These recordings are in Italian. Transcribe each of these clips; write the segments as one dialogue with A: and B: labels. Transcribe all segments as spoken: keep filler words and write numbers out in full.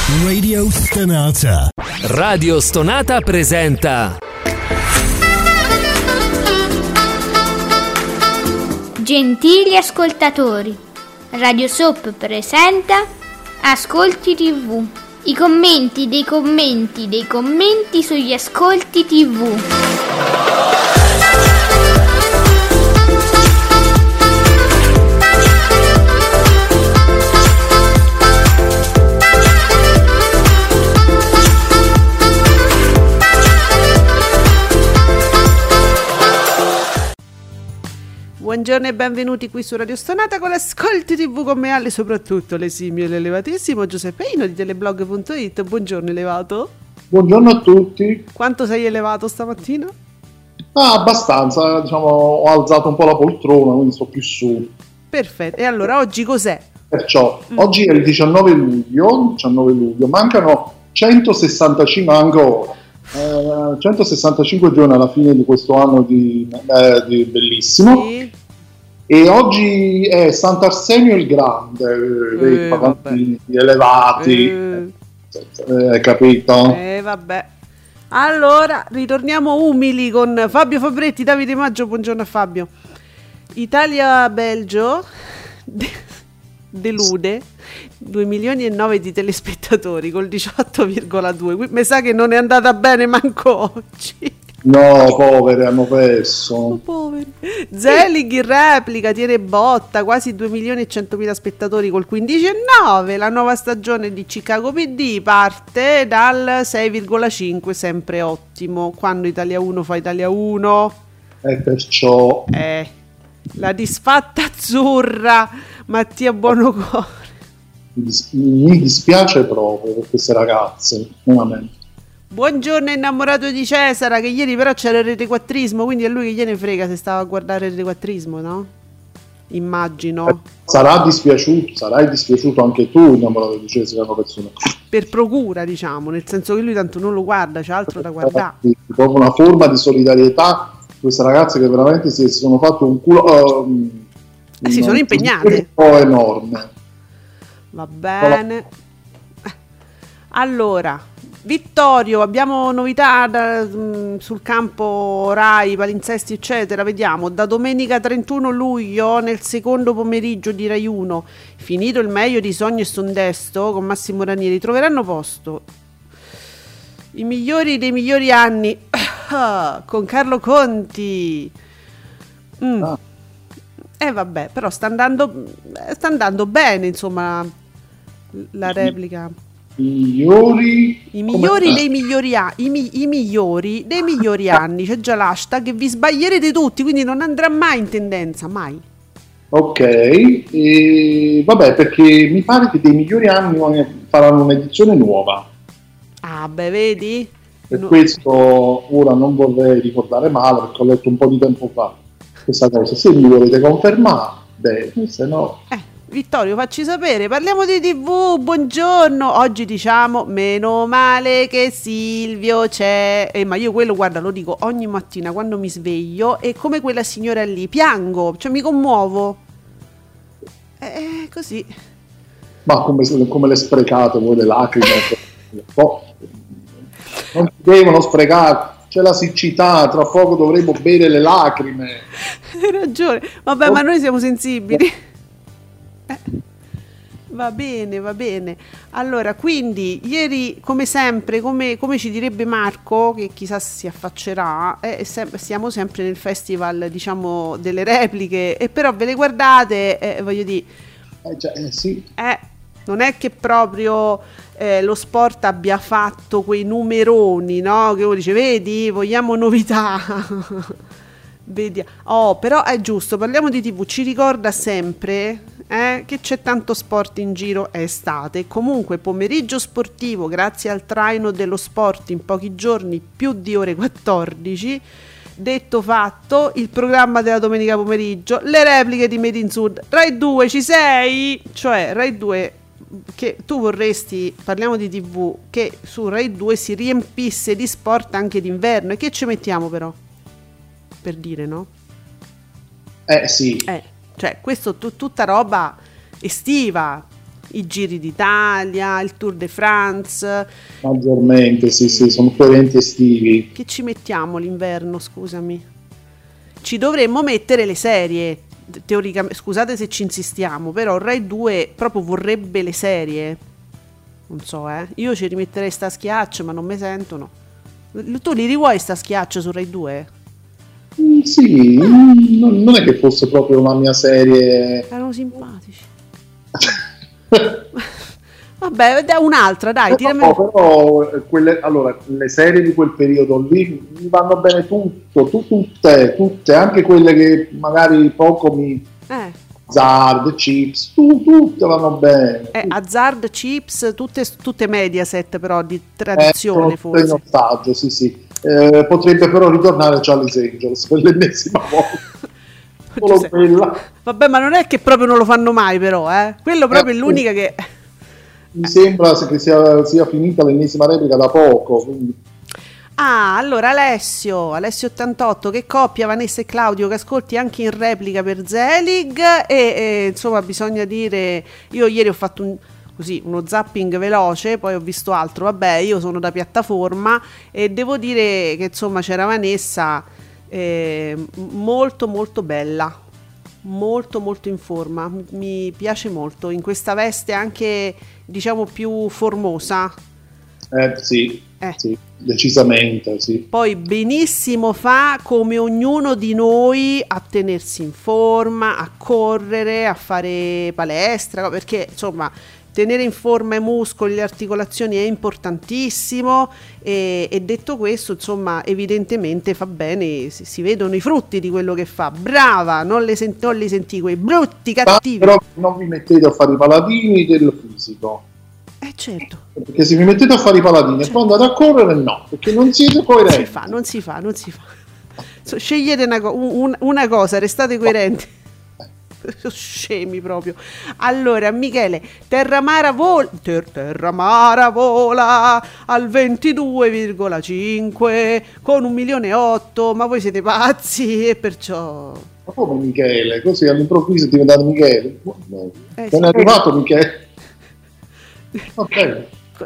A: Radio Stonata.
B: Radio Stonata presenta
C: Gentili ascoltatori, Radio Soap presenta Ascolti tivù. I commenti dei commenti dei commenti sugli ascolti tivù.
D: Buongiorno e benvenuti qui su Radio Stonata con l'Ascolti tivù con me Ale, soprattutto l'esimio e l'elevatissimo Giuseppe Ino di teleblog punto it. Buongiorno elevato.
E: Buongiorno a tutti.
D: Quanto sei elevato stamattina?
E: Ah, abbastanza, diciamo, ho alzato un po' la poltrona, quindi sto più su.
D: Perfetto, e allora oggi cos'è?
E: Perciò,
D: Mm.
E: oggi è il diciannove luglio, diciannove luglio, mancano centosessantacinque ancora. Eh, centosessantacinque giorni alla fine di questo anno di, eh, di bellissimo.
D: Sì.
E: E oggi è Sant'Arsenio il Grande,
D: Eh,
E: dei pagani elevati,
D: Eh,
E: eh, capito?
D: eh, vabbè. Allora, ritorniamo umili con Fabio Fabretti, Davide Maggio. Buongiorno a Fabio. Italia-Belgio de- delude due milioni e nove di telespettatori col diciotto virgola due. Qui mi sa che non è andata bene manco oggi.
E: No, poveri, hanno perso.
D: Oh, poveri. Zelig in replica tiene botta, quasi due milioni e centomila spettatori col quindici virgola nove. La nuova stagione di Chicago P D parte dal sei virgola cinque, sempre ottimo. Quando Italia uno fa Italia uno.
E: E perciò...
D: Eh, la disfatta azzurra, Mattia Buonocore.
E: Mi dis- mi dispiace proprio per queste ragazze, veramente.
D: Buongiorno innamorato di Cesara, che ieri però c'era il retequattrismo, quindi a lui che gliene frega se stava a guardare il retequattrismo, no? Immagino.
E: Sarà dispiaciuto, sarai dispiaciuto anche tu, innamorato di Cesare, una persona.
D: Per procura, diciamo, nel senso che lui tanto non lo guarda, c'è altro da guardare.
E: Proprio una forma di solidarietà, queste ragazze che veramente si sono fatte un culo... Um,
D: Eh, si sono impegnate.
E: Un po' enorme.
D: Va bene. Allora, Vittorio, abbiamo novità da, mh, sul campo Rai, palinsesti eccetera, vediamo, da domenica trentuno luglio nel secondo pomeriggio di Rai uno, finito il meglio di Sogno e Sondesto con Massimo Ranieri, troveranno posto i migliori dei migliori anni con Carlo Conti. Mm.
E: Ah.
D: Eh vabbè, però sta andando, sta andando bene, insomma, la replica.
E: I migliori...
D: I migliori
E: come-
D: dei migliori anni, i, mi- i migliori dei migliori anni, c'è già l'hashtag che vi sbaglierete tutti, quindi non andrà mai in tendenza, mai.
E: Ok, e vabbè, perché mi pare che dei migliori anni faranno un'edizione nuova.
D: Ah, beh, vedi?
E: Per
D: No-
E: questo ora non vorrei ricordare male, perché ho letto un po' di tempo fa questa cosa. Se mi volete confermare, beh, se no...
D: Eh, Vittorio, facci sapere, parliamo di tivù, buongiorno, oggi diciamo meno male che Silvio c'è, eh, ma io quello, guarda, lo dico ogni mattina quando mi sveglio e come quella signora lì, piango, cioè mi commuovo, eh, così.
E: Ma come, come le sprecate voi le lacrime? Oh, non si devono sprecare, c'è la siccità, tra poco dovremo bere le lacrime.
D: Hai ragione, vabbè, ma noi siamo sensibili. Eh, va bene, va bene. Allora, quindi, ieri, come sempre, come, come ci direbbe Marco, che chissà si affaccerà, eh, sem- siamo sempre nel festival, diciamo, delle repliche, e però ve le guardate, eh, voglio dire,
E: Eh, cioè, eh, sì.
D: eh, non è che proprio eh, lo sport abbia fatto quei numeroni, no? Che uno dice, vedi, vogliamo novità. Vedi. Oh, però è giusto, parliamo di tivù, ci ricorda sempre eh, che c'è tanto sport in giro, è estate. Comunque, pomeriggio sportivo, grazie al traino dello sport in pochi giorni, più di ore quattordici. Detto fatto, il programma della domenica pomeriggio, le repliche di Made in Sud, Rai due, ci sei? Cioè, Rai due, che tu vorresti, parliamo di tivù, che su Rai due si riempisse di sport anche d'inverno. E che ci mettiamo però? Per dire, no?
E: Eh sì.
D: Eh, cioè, questo tu- tutta roba estiva. i giri d'Italia, il Tour de France.
E: Maggiormente, sì, sì, sono più eventi estivi.
D: Che ci mettiamo l'inverno, scusami? Ci dovremmo mettere le serie, teoricamente, scusate se ci insistiamo, però Rai due proprio vorrebbe le serie. Non so, eh. Io ci rimetterei sta schiaccio, ma non mi sentono. Tu li rivuoi sta schiaccio su Rai due?
E: Mm, sì, mm, non, non è che fosse proprio una mia serie.
D: Erano simpatici. Vabbè, dai un'altra, dai,
E: no,
D: tirami.
E: no, però quelle, allora, le serie di quel periodo lì mi vanno bene tutto, tu, tutte, tutte, anche quelle che magari poco mi...
D: Eh.
E: Hazard, Chips, tu, tutte vanno bene.
D: Eh, Hazard, Chips, tutte, tutte Mediaset però di tradizione
E: eh,
D: forse.
E: In ostaggio, sì sì. Eh, potrebbe però ritornare Charlie's Angels per l'ennesima volta. Solo quella.
D: Vabbè, ma non è che proprio non lo fanno mai però, eh. Quello proprio
E: eh,
D: è l'unica che...
E: Mi sembra che sia, sia finita l'ennesima replica da poco, quindi...
D: Ah, allora Alessio, Alessio ottantotto, che coppia Vanessa e Claudio che ascolti anche in replica per Zelig e, e insomma bisogna dire, io ieri ho fatto un, così, uno zapping veloce, poi ho visto altro, vabbè io sono da piattaforma e devo dire che insomma c'era Vanessa eh, molto molto bella, molto molto in forma, mi piace molto, in questa veste anche diciamo più formosa.
E: Eh sì,
D: eh.
E: sì, decisamente sì.
D: Poi benissimo fa come ognuno di noi a tenersi in forma, a correre, a fare palestra, perché insomma tenere in forma i muscoli, le articolazioni è importantissimo e, e detto questo insomma evidentemente fa bene, si, si vedono i frutti di quello che fa, brava, non, le sent- non li senti quei brutti cattivi.
E: Però non vi mettete a fare i paladini del fisico.
D: Eh certo.
E: Perché se vi mettete a fare i paladini certo. E poi andate a correre no, perché non siete coerenti.
D: Non si fa, non si fa, non si fa. So, scegliete una, co- un, una cosa, restate coerenti. Scemi proprio. Allora Michele, Terramara vola ter, Terramara vola al ventidue virgola cinque con un milione e otto, ma voi siete pazzi e perciò...
E: Ma come Michele? Così all'improvviso è diventato Michele. Eh, Se sì. È arrivato Michele. Ok.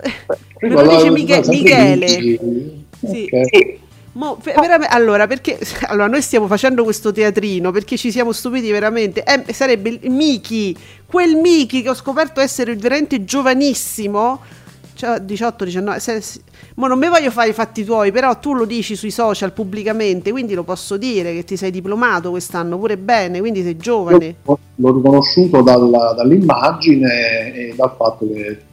D: Me lo dice Michele. Michele. Sì.
E: Okay.
D: Mo, veramente, allora, perché allora noi stiamo facendo questo teatrino perché ci siamo stupiti veramente. Eh, sarebbe il Miki, quel Miki che ho scoperto essere veramente giovanissimo. Cioè diciotto diciannove. Se, se, mo non mi voglio fare i fatti tuoi, però tu lo dici sui social pubblicamente, quindi lo posso dire che ti sei diplomato quest'anno pure bene, quindi sei giovane.
E: Io l'ho riconosciuto dalla, dall'immagine e dal fatto che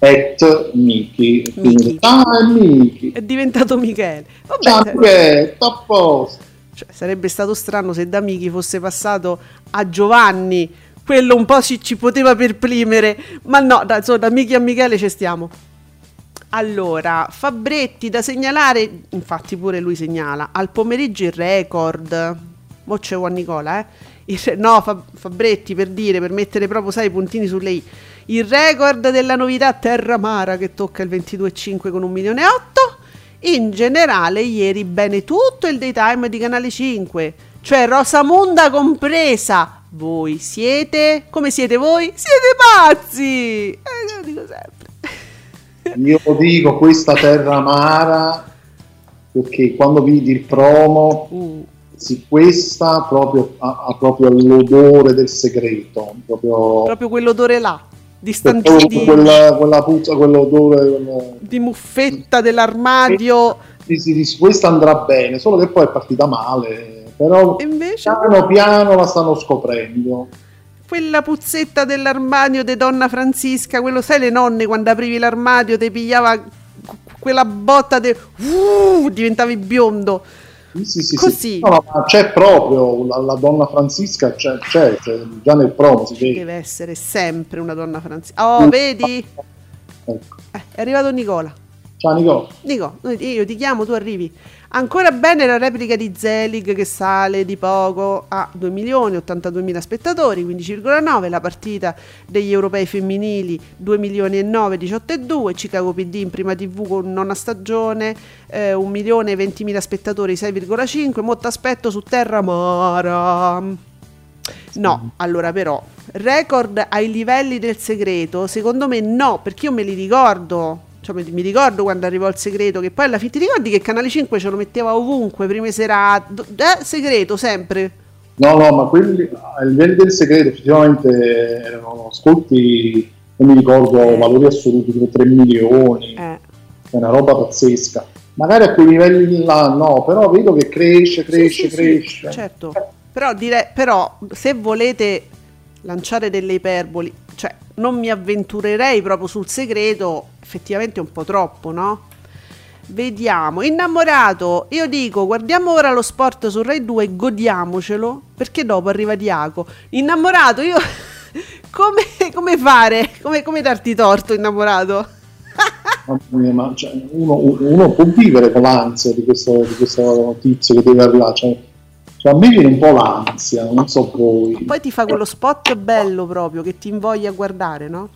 E: at Miki,
D: Miki.
E: Ah, è Miki,
D: è diventato Michele. Vabbè,
E: ciao Michele, a posto.
D: Cioè, sarebbe stato strano se da Miki fosse passato a Giovanni, quello un po' ci, ci poteva perplimere, ma no, da, insomma, da Miki a Michele ci stiamo. Allora, Fabretti da segnalare, infatti pure lui segnala, al pomeriggio il record, mo c'è Juan Nicola, eh? Il, no, Fabretti per dire, per mettere proprio, sai, i puntini sulle i. Il record della novità Terramara che tocca il ventidue virgola cinque con un milione e otto. In generale ieri bene tutto il daytime di Canale cinque, cioè Rosamunda compresa. Voi siete, come siete voi? Siete pazzi! Eh, lo dico sempre.
E: Io dico questa Terramara perché quando vidi il promo uh. sì, questa proprio ha, ha proprio l'odore del segreto, proprio,
D: proprio quell'odore là. Di stantini,
E: quella, quella puzza, quell'odore quella...
D: di muffetta dell'armadio.
E: Sì, sì, sì, questa andrà bene, solo che poi è partita male, però
D: invece...
E: piano piano la stanno scoprendo.
D: Quella puzzetta dell'armadio di Donna Francisca, quello sai le nonne quando aprivi l'armadio ti pigliava quella botta de... uh, diventavi biondo.
E: Sì, sì,
D: così
E: sì. No, no, ma c'è proprio la, la Donna Francisca, c'è, c'è, c'è già nel promo si vede.
D: Deve essere sempre una Donna Francisca. Oh, vedi?
E: Ecco.
D: Eh, è arrivato Nicola.
E: Ciao Nicola.
D: Nico, io ti chiamo, tu arrivi. Ancora bene la replica di Zelig che sale di poco a due milioni e ottantaduemila spettatori, quindici virgola nove, la partita degli europei femminili due milioni e nove, diciotto virgola due, Chicago P D in prima tivù con nona stagione, eh, un milione e ventimila spettatori, sei virgola cinque, molto aspetto su Terramara. No, allora però, record ai livelli del segreto, secondo me no, perché io me li ricordo. Cioè, mi, mi ricordo quando arrivò il segreto, che poi alla fine ti ricordi che Canale cinque ce lo metteva ovunque, prime serate, eh, segreto sempre.
E: No, no, ma quelli a livelli del segreto effettivamente erano ascolti, non mi ricordo,
D: Eh.
E: valori assoluti tipo tre milioni,
D: Eh.
E: è una roba pazzesca. Magari a quei livelli là no, però vedo che cresce, cresce,
D: Sì, sì, sì,
E: cresce.
D: certo. Però, dire, però se volete lanciare delle iperboli, cioè non mi avventurerei proprio sul segreto, effettivamente è un po' troppo, no? Vediamo, innamorato, io dico guardiamo ora lo sport su Rai due e godiamocelo, perché dopo arriva Diaco. Innamorato, io come, come fare? Come, come darti torto, innamorato?
E: Mamma mia, ma cioè, uno, uno può vivere con l'ansia di questo, di questo tizio che deve arrivare, cioè, cioè, a me viene un po' l'ansia, non so voi.
D: Poi ti fa quello spot bello proprio che ti invoglia a guardare, no?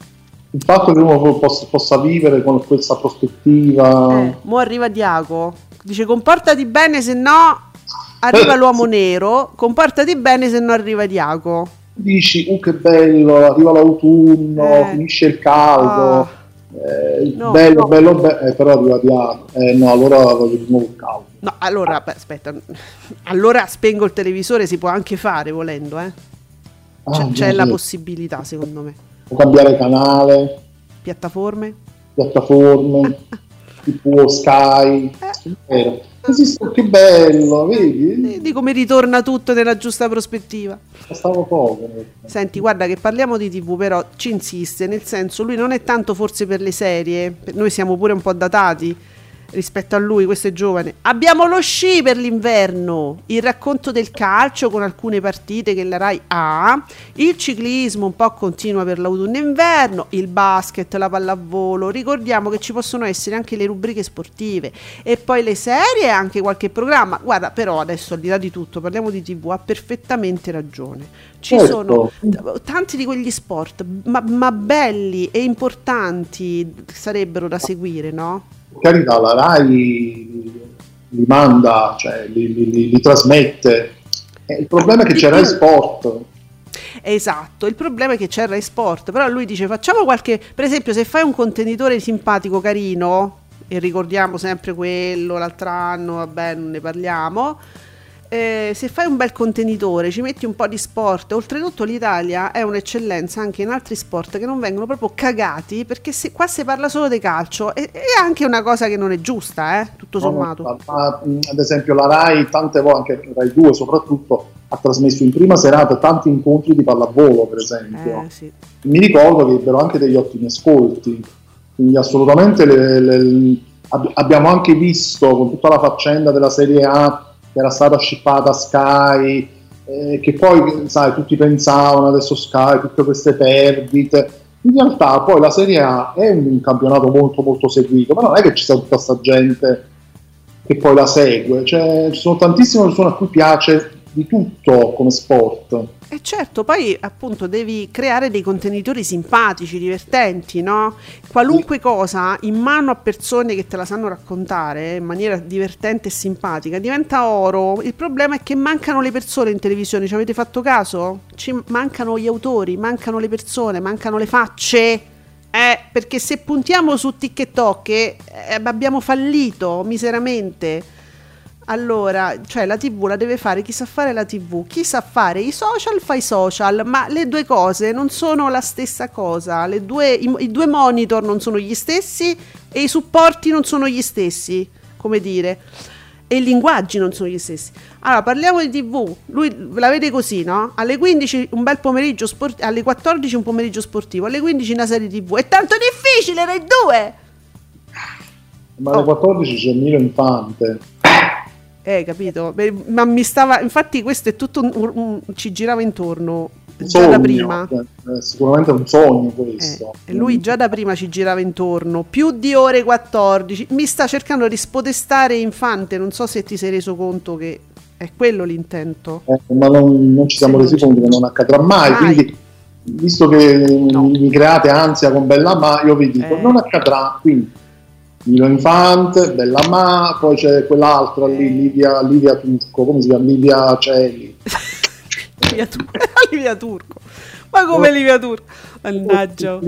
E: Il fatto che uno possa, possa vivere con questa prospettiva.
D: Eh, mo arriva Diaco, dice comportati bene se no arriva l'uomo nero, comportati bene se no arriva Diaco.
E: Dici, uh che bello, arriva l'autunno,
D: Eh.
E: finisce il caldo,
D: Ah.
E: eh,
D: No,
E: bello,
D: no.
E: bello, bello, eh, però arriva Diaco. Eh no, allora voglio di nuovo il caldo.
D: No, allora, beh, aspetta, allora spengo il televisore, si può anche fare volendo, eh. C'è,
E: Ah,
D: c'è
E: no,
D: la
E: sì.
D: possibilità secondo me.
E: Può cambiare canale,
D: Piattaforme?
E: piattaforme, tipo Sky,
D: Eh.
E: vero. Esiste, che bello, vedi?
D: Eh, di come ritorna tutto nella giusta prospettiva.
E: Stavo poco.
D: Senti, guarda che parliamo di tivù, però ci insiste, nel senso lui non è tanto forse per le serie, per- noi siamo pure un po' datati rispetto a lui, questo è giovane. Abbiamo lo sci per l'inverno, il racconto del calcio con alcune partite che la Rai ha, il ciclismo un po' continua per l'autunno e inverno, il basket, la pallavolo, ricordiamo che ci possono essere anche le rubriche sportive e poi le serie e anche qualche programma. Guarda, però adesso al di là di tutto parliamo di tivù, ha perfettamente ragione. Ci
E: Certo.
D: sono t- tanti di quegli sport, ma, ma belli e importanti sarebbero da seguire, no?
E: Per carità, la Rai li manda, cioè li, li- li- li trasmette. Eh, il problema è che c'è Rai Sport.
D: Esatto, il problema è che c'è Rai Sport, però lui dice facciamo qualche, per esempio se fai un contenitore simpatico, carino, e ricordiamo sempre quello, l'altro anno, vabbè non ne parliamo, eh, se fai un bel contenitore, ci metti un po' di sport, oltretutto l'Italia è un'eccellenza anche in altri sport che non vengono proprio cagati, perché se, qua si parla solo di calcio, e è anche una cosa che non è giusta, eh, tutto sommato.
E: No, ma, mh, ad esempio la Rai tante volte, anche Rai due soprattutto, ha trasmesso in prima serata tanti incontri di pallavolo, per esempio.
D: Eh, sì.
E: Mi ricordo che ebbero anche degli ottimi ascolti, quindi assolutamente le- le- ab- abbiamo anche visto con tutta la faccenda della Serie A che era stata scippata a Sky, eh, che poi sai tutti pensavano adesso Sky, tutte queste perdite. In realtà poi la Serie A è un campionato molto molto seguito, ma non è che ci sia tutta questa gente che poi la segue, cioè ci sono tantissime persone a cui piace di tutto come sport.
D: E certo, poi appunto devi creare dei contenitori simpatici, divertenti, no? Qualunque cosa in mano a persone che te la sanno raccontare in maniera divertente e simpatica diventa oro. Il problema è che mancano le persone in televisione, ci avete fatto caso? Ci mancano gli autori, mancano le persone, mancano le facce. Eh, perché se puntiamo su TikTok eh, abbiamo fallito miseramente. Allora, cioè la tivù la deve fare chi sa fare la tivù, chi sa fare i social fa i social, ma le due cose non sono la stessa cosa, le due, i, i due monitor non sono gli stessi e i supporti non sono gli stessi, come dire, e i linguaggi non sono gli stessi. Allora, parliamo di tivù, lui la vede così, no? Alle quindici un bel pomeriggio sportivo, alle quattordici un pomeriggio sportivo, alle quindici una serie tivù, è tanto difficile Rai due!
E: Ma alle quattordici c'è Milo Infante.
D: Eh, capito? Beh, ma mi stava. Infatti, questo è tutto. Un, un, un- ci girava intorno
E: Un
D: già
E: sogno,
D: da prima.
E: eh, sicuramente è un sogno
D: Eh,
E: questo.
D: e lui già da prima ci girava intorno. Più di ore quattordici. Mi sta cercando di spodestare Infante. Non so se ti sei reso conto che è quello l'intento.
E: Eh, ma non, non ci siamo
D: Sì,
E: resi
D: non
E: conto che non accadrà mai,
D: Mai.
E: quindi visto che
D: No.
E: mi create ansia con Bella Ma, io vi dico
D: Eh.
E: non accadrà, quindi Milo Infante, Bella Ma, poi c'è quell'altra lì,
D: Eh.
E: Livia, Livia Turco, come si chiama? Livia Celi.
D: Livia, Tur- Livia Turco. Ma come Livia Turco? Mannaggia.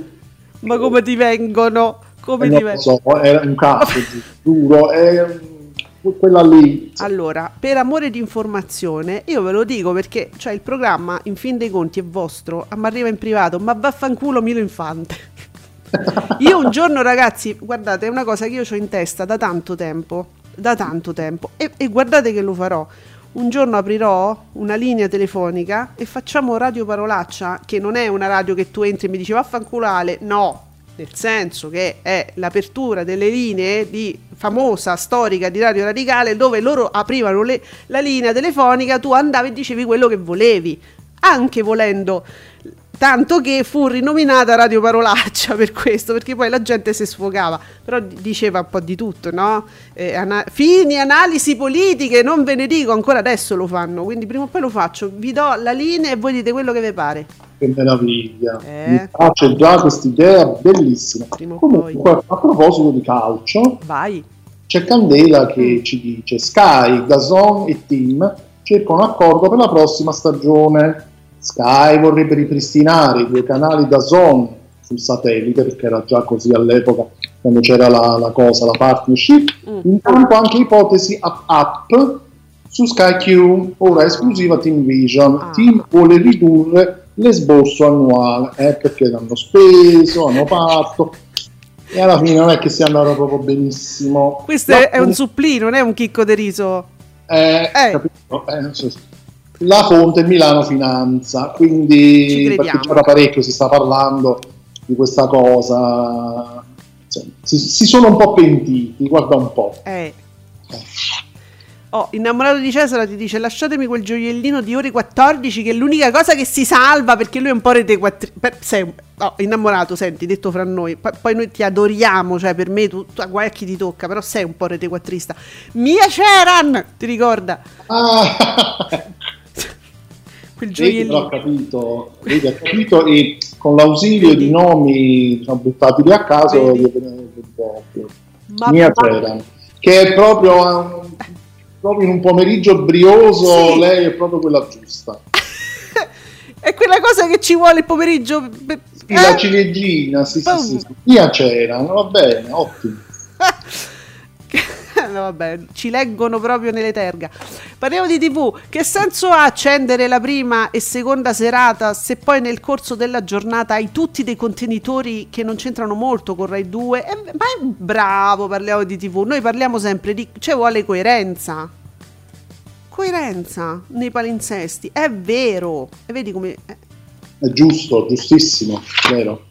D: Ma come ti vengono? Come
E: eh,
D: ti
E: non
D: vengono?
E: so, è un caso, giuro, è quella lì.
D: Allora, per amore di informazione, io ve lo dico perché cioè il programma in fin dei conti è vostro, mi arriva in privato, ma vaffanculo Milo Infante. Io un giorno, ragazzi, guardate, è una cosa che io ho in testa da tanto tempo, da tanto tempo, e, e guardate che lo farò. Un giorno aprirò una linea telefonica e facciamo radio parolaccia, che non è una radio che tu entri e mi dici vaffanculo Ale, no, nel senso che è l'apertura delle linee di famosa storica di Radio Radicale, dove loro aprivano le, la linea telefonica, tu andavi e dicevi quello che volevi, anche volendo, tanto che fu rinominata Radio Parolaccia per questo, perché poi la gente si sfogava, però diceva un po' di tutto, no? Eh, ana- fini, analisi politiche, non ve ne dico, ancora adesso lo fanno, quindi prima o poi lo faccio, vi do la linea e voi dite quello che vi pare.
E: Che meraviglia,
D: eh.
E: mi piace già questa idea bellissima. Comunque, poi. A proposito di calcio,
D: vai.
E: C'è Candela che mm. ci dice Sky, DAZN e Team cercano un accordo per la prossima stagione. Sky vorrebbe ripristinare i due canali DAZN sul satellite, perché era già così all'epoca quando c'era la, la cosa, la partnership. Mm. Intanto anche ipotesi app su Sky Q, ora esclusiva Team Vision. Ah. Team vuole ridurre l'esborso annuale, eh, perché hanno speso, hanno fatto, e alla fine non è che sia andato proprio benissimo.
D: Questo no, è un supplì, non è un chicco di riso.
E: Eh, eh. Capito? Eh, non so. La fonte è Milano Finanza, quindi perché c'era parecchio, si sta parlando di questa cosa, cioè, si, si sono un po' pentiti, guarda un po'.
D: Eh. Eh. Oh, innamorato di Cesare ti dice lasciatemi quel gioiellino di ore quattordici che è l'unica cosa che si salva, perché lui è un po' rete quattro. Sei oh, innamorato, senti, detto fra noi, P- poi noi ti adoriamo, cioè per me tu, tu guai a chi ti tocca, però sei un po' rete quattrista. Mia Ceran, ti ricorda?
E: Ah.
D: Quel gioiellino.
E: Vedi, ho capito, vedi, ho capito, e con l'ausilio vedi. Di nomi sono buttati lì a caso proprio. Mia Ceran, che è proprio un proprio in un pomeriggio brioso, sì. Lei è proprio quella giusta.
D: È quella cosa che ci vuole il pomeriggio.
E: Sì, eh? La ciliegina, sì, sì, sì, sì. Mia c'era, va bene, ottimo.
D: No, vabbè, ci leggono proprio nelle terga. Parliamo di tivù. Che senso ha accendere la prima e seconda serata se poi nel corso della giornata hai tutti dei contenitori che non c'entrano molto con Rai due? Eh, ma è bravo, parliamo di tivù. Noi parliamo sempre di... Cioè vuole coerenza. Coerenza nei palinsesti. È vero. E vedi come... Eh.
E: È giusto, giustissimo, vero.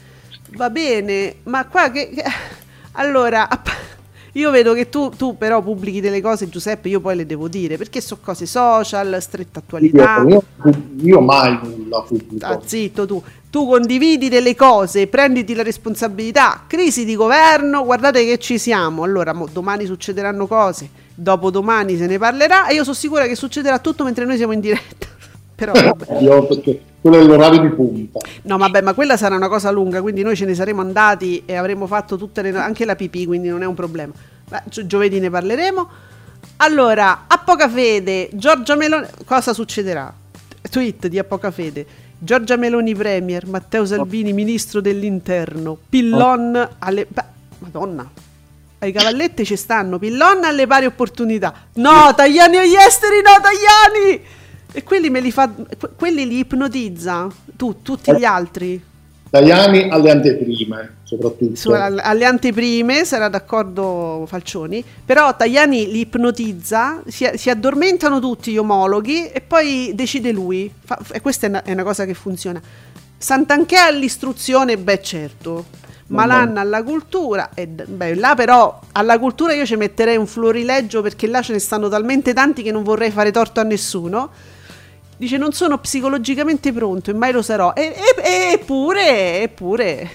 D: Va bene, ma qua che... che... Allora... Io vedo che tu, tu però pubblichi delle cose, Giuseppe, io poi le devo dire, perché sono cose social, stretta attualità.
E: Io, io, io mai nulla pubblico.
D: Ah, zitto tu. Tu condividi delle cose, prenditi la responsabilità. Crisi di governo, guardate che ci siamo. Allora, mo, domani succederanno cose, dopodomani se ne parlerà e io sono sicura che succederà tutto mentre noi siamo in diretta. Però vabbè.
E: Io, perché quello è l'orario di punta.
D: No, vabbè, ma quella sarà una cosa lunga, quindi noi ce ne saremo andati e avremo fatto tutte le, anche la pipì, quindi non è un problema. Beh, gio- giovedì ne parleremo. Allora, a poca fede, Giorgia Meloni, cosa succederà? Tweet di A poca fede. Giorgia Meloni premier, Matteo Salvini ministro dell'interno, Pillon oh. alle... Beh, Madonna, ai cavalletti ci stanno, Pillon alle pari opportunità. No, Tajani agli esteri, no, Tajani! E quelli me li fa, quelli li ipnotizza, tu, tutti gli altri.
E: Tajani alle anteprime, soprattutto.
D: Su, alle anteprime, sarà d'accordo Falcioni, però Tajani li ipnotizza, si, si addormentano tutti gli omologhi e poi decide lui. Fa, e questa è una, è una cosa che funziona. Santanchè all'istruzione, beh certo. Malan alla cultura, e beh, là però alla cultura io ci metterei un florileggio perché là ce ne stanno talmente tanti che non vorrei fare torto a nessuno. Dice non sono psicologicamente pronto e mai lo sarò. E, e, eppure, eppure.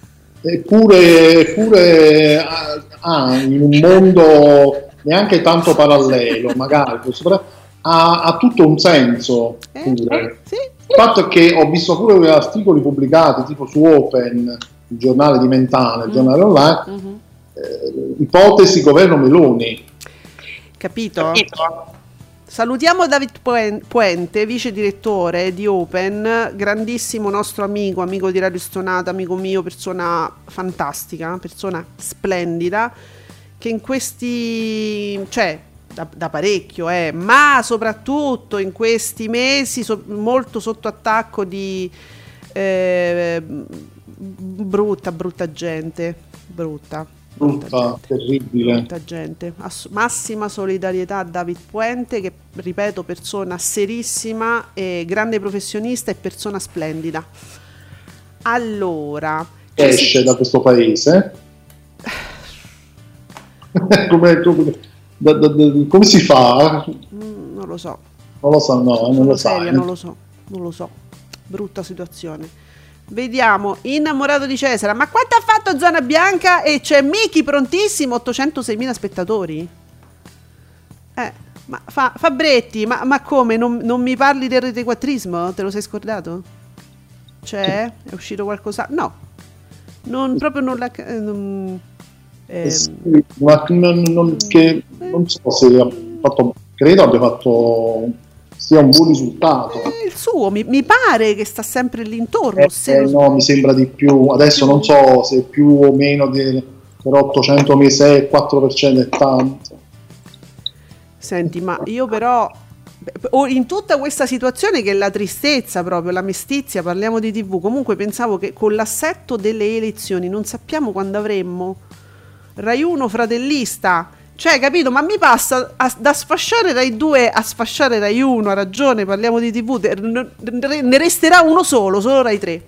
E: Eppure, eppure ah, in un mondo neanche tanto parallelo, magari, ha, ha tutto un senso.
D: Eh, eh, sì.
E: Il fatto è che ho visto pure quegli articoli pubblicati tipo su Open, il giornale di Mentana, il mm. giornale online, mm-hmm. eh, ipotesi governo Meloni.
D: Capito? Salutiamo David Puente, vice direttore di Open, grandissimo nostro amico, amico di Radio Stonata, amico mio, persona fantastica, persona splendida, che in questi, cioè da, da parecchio, eh, ma soprattutto in questi mesi so, molto sotto attacco di eh, brutta, brutta gente, brutta.
E: Brutta, terribile.
D: Brutta gente. Ass- massima solidarietà a David Puente, che ripeto, persona serissima, e grande professionista e persona splendida. Allora,
E: esce si... da questo paese. come, come, da, da, da, come si fa?
D: Mm, non lo so.
E: Non lo so, no, non lo
D: seria,
E: sai.
D: Non lo so, non lo so. Brutta situazione. Vediamo, innamorato di Cesare, ma quanto ha fatto Zona Bianca? E c'è Miki prontissimo, ottocentoseimila spettatori. Eh, ma fa, Fabretti, ma, ma come, non, non mi parli del retequattrismo? Te lo sei scordato? C'è? È uscito qualcosa? No, non, proprio non la... Eh, non,
E: eh, sì, ma non, non, che, non so se ha fatto, credo abbia fatto... sia un buon risultato.
D: Eh, il suo, mi, mi pare che sta sempre l'intorno.
E: Eh,
D: se
E: eh,
D: lo...
E: No, mi sembra di più. Adesso non so se più o meno di, però ottocento mesi e quattro per cento è tanto.
D: Senti, ma io però in tutta questa situazione, che è la tristezza proprio, la mestizia, parliamo di tivù, comunque pensavo che con l'assetto delle elezioni non sappiamo quando avremmo Rai uno fratellista. Cioè, capito? Ma mi passa a, da sfasciare Rai due a sfasciare Rai uno, ha ragione, parliamo di tivù, ne resterà uno solo, solo Rai tre.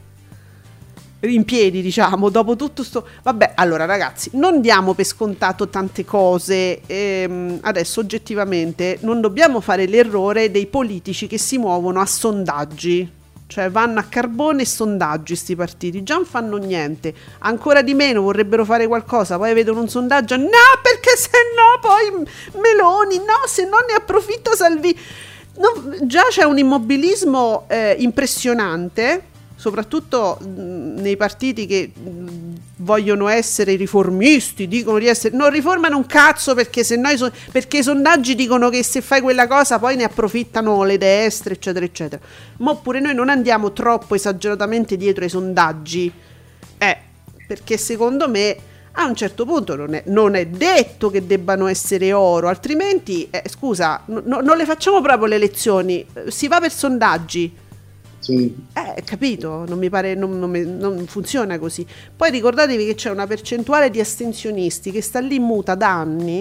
D: In piedi, diciamo, dopo tutto sto... Vabbè, allora ragazzi, non diamo per scontato tante cose. Ehm, adesso, oggettivamente, non dobbiamo fare l'errore dei politici che si muovono a sondaggi. Cioè vanno a carbone e sondaggi sti partiti, già non fanno niente, ancora di meno vorrebbero fare qualcosa, poi vedono un sondaggio, no perché se no poi Meloni, no se no ne approfitta Salvini, no, già c'è un immobilismo eh, impressionante, soprattutto mh, nei partiti che mh, vogliono essere riformisti, dicono di essere, non riformano un cazzo perché se no i so- perché i sondaggi dicono che se fai quella cosa poi ne approfittano le destre eccetera eccetera, ma oppure noi non andiamo troppo esageratamente dietro ai sondaggi, eh, perché secondo me a un certo punto non è, non è detto che debbano essere oro, altrimenti eh, scusa, no, no, non le facciamo proprio le elezioni, si va per sondaggi.
E: Sì.
D: Eh, capito? Non mi pare, non, non, non funziona così. Poi ricordatevi che c'è una percentuale di astensionisti che sta lì muta da anni.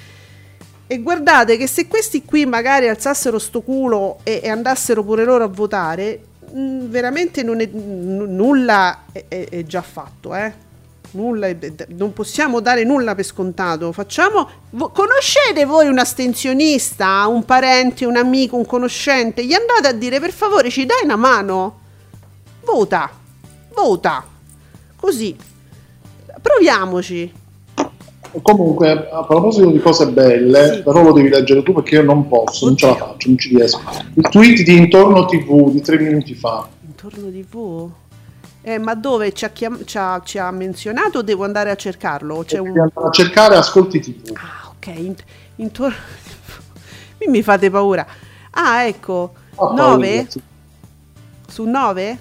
D: E guardate che se questi qui magari alzassero sto culo e, e andassero pure loro a votare, mh, veramente non è, n- nulla è, è, è già fatto, eh? Nulla è, non possiamo dare nulla per scontato. Facciamo. Vo- conoscete voi un astensionista, un parente, un amico, un conoscente? Gli andate a dire per favore ci dai una mano? Vota, vota, così proviamoci.
E: Comunque, a proposito di cose belle, sì, però lo devi leggere tu perché io non posso, Oddio. non ce la faccio, non ci riesco. Il tweet di Intorno tivù di tre minuti fa.
D: Intorno tivù? Eh, ma dove ci ha, chiam- ci, ha, ci ha menzionato o devo andare a cercarlo? C'è un...
E: andare a cercare Ascolti tivù.
D: Ah, ok. Int- intorno mi, mi fate paura. Ah, ecco. nove? Su nove?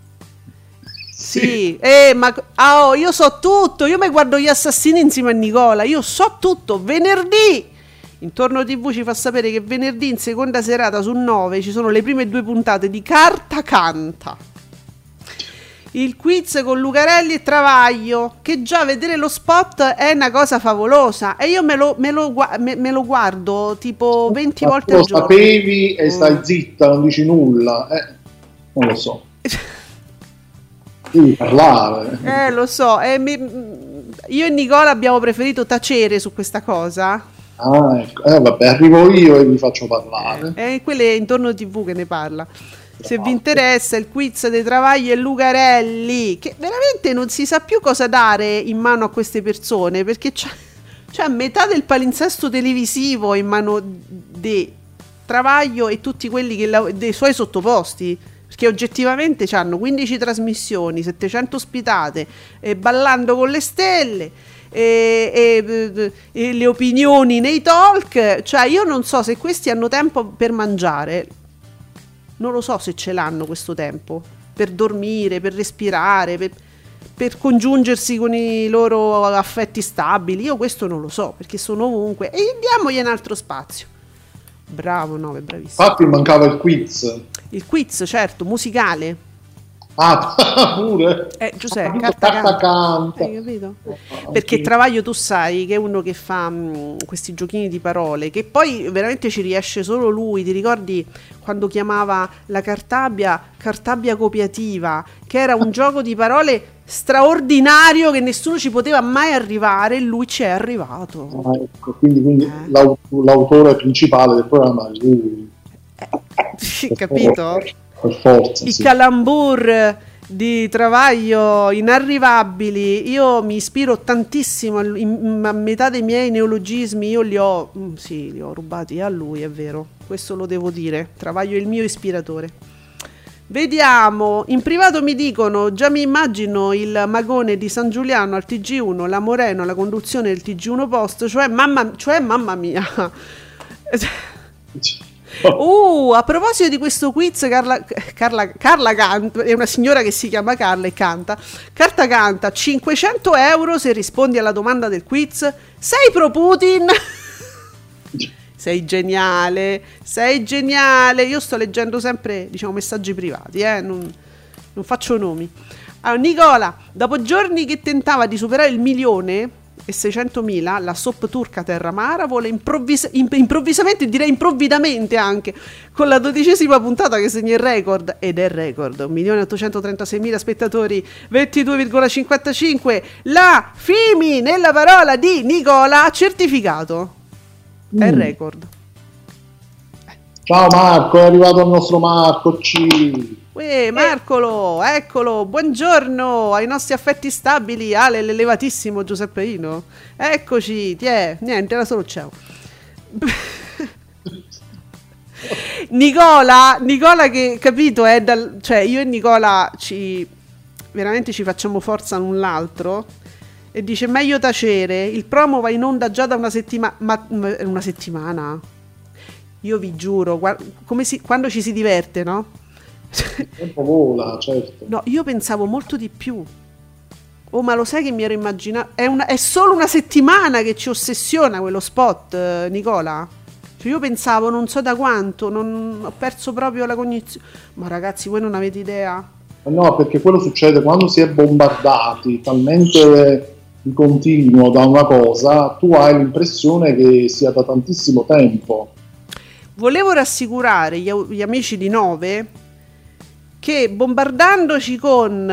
D: Sì. sì. Eh, ma ah, oh, io so tutto. Io mi guardo Gli Assassini insieme a Nicola. Io so tutto. Venerdì. Intorno tivù ci fa sapere che venerdì in seconda serata su nove ci sono le prime due puntate di Carta Canta. Il quiz con Lucarelli e Travaglio, che già vedere lo spot è una cosa favolosa e io me lo, me lo, me, me lo guardo tipo venti Ma volte al giorno.
E: Lo sapevi e stai mm. zitta, non dici nulla, eh, non lo so. Devi parlare.
D: Eh, lo so, eh, mi, io e Nicola abbiamo preferito tacere su questa cosa.
E: Ah, ecco, eh, vabbè, arrivo io e vi faccio parlare.
D: Eh, eh, quello è Intorno tivù che ne parla. Se vi interessa il quiz dei Travagli e Lucarelli, che veramente non si sa più cosa dare in mano a queste persone, perché c'è, c'è metà del palinsesto televisivo in mano di Travaglio e tutti quelli che la, dei suoi sottoposti, perché oggettivamente hanno quindici trasmissioni, settecento ospitate, e Ballando con le stelle, e, e, e le opinioni nei talk. Cioè io non so se questi hanno tempo per mangiare, non lo so se ce l'hanno questo tempo per dormire, per respirare, per, per congiungersi con i loro affetti stabili. Io questo non lo so, perché sono ovunque, e diamogli un altro spazio. Bravo, no, è bravissimo.
E: Infatti mancava il quiz.
D: Il quiz, certo, musicale.
E: Ah, pure?
D: Eh, Giuseppe,
E: carta,
D: carta
E: carta
D: canta.
E: canta.
D: Hai capito?
E: Oh,
D: Perché
E: sì.
D: Travaglio, tu sai che è uno che fa mh, questi giochini di parole, che poi veramente ci riesce solo lui. Ti ricordi quando chiamava la Cartabia Cartabia copiativa, che era un gioco di parole straordinario che nessuno ci poteva mai arrivare, e lui ci è arrivato.
E: Ah, ecco, quindi, quindi
D: Eh.
E: l'au- l'autore principale del programma è lui.
D: Eh, capito?
E: Per forza,
D: I
E: sì.
D: calambur di Travaglio inarrivabili. Io mi ispiro tantissimo a, lui- in- a metà dei miei neologismi io li ho mm, sì, li ho rubati a lui, è vero, questo lo devo dire. Travaglio è il mio ispiratore. Vediamo, in privato mi dicono, già mi immagino il magone di San Giuliano al T G uno, la Moreno alla conduzione del T G uno Post, cioè mamma, cioè mamma mia. Uh, a proposito di questo quiz, Carla, Carla, Carla canta, è una signora che si chiama Carla e canta. Carta canta cinquecento euro se rispondi alla domanda del quiz. Sei pro Putin? Sei geniale, sei geniale. Io sto leggendo sempre, diciamo, messaggi privati, eh? non, non faccio nomi. Allora, Nicola, dopo giorni che tentava di superare il milione e seicentomila, la soap turca Terramara vuole improvvis- imp- improvvisamente, direi improvvidamente anche, con la dodicesima puntata che segna il record, ed è il record, un milione ottocentotrentasei spettatori, ventidue virgola cinquantacinque, la Fimi nella parola di Nicola ha certificato. È il
E: Mm.
D: record.
E: Ciao Marco, è arrivato il nostro Marco C.
D: Uè, Marcolo, eccolo, buongiorno ai nostri affetti stabili, Ale l'elevatissimo Giuseppeino. Eccoci, ti è, niente, era solo ciao. Nicola, Nicola che, capito, è dal, cioè io e Nicola ci veramente ci facciamo forza l'un l'altro, e dice meglio tacere, il promo va in onda già da una settimana, ma una settimana. Io vi giuro, guarda, come si, quando ci si diverte, no?
E: Il tempo vola, certo.
D: No, io pensavo molto di più. Oh, ma lo sai che mi ero immaginato? È, una, è solo una settimana che ci ossessiona quello spot, eh, Nicola. Cioè io pensavo non so da quanto, non, ho perso proprio la cognizione. Ma ragazzi, voi non avete idea?
E: No, perché quello succede quando si è bombardati talmente di continuo da una cosa, tu hai l'impressione che sia da tantissimo tempo.
D: Volevo rassicurare gli, au- gli amici di Nove che bombardandoci con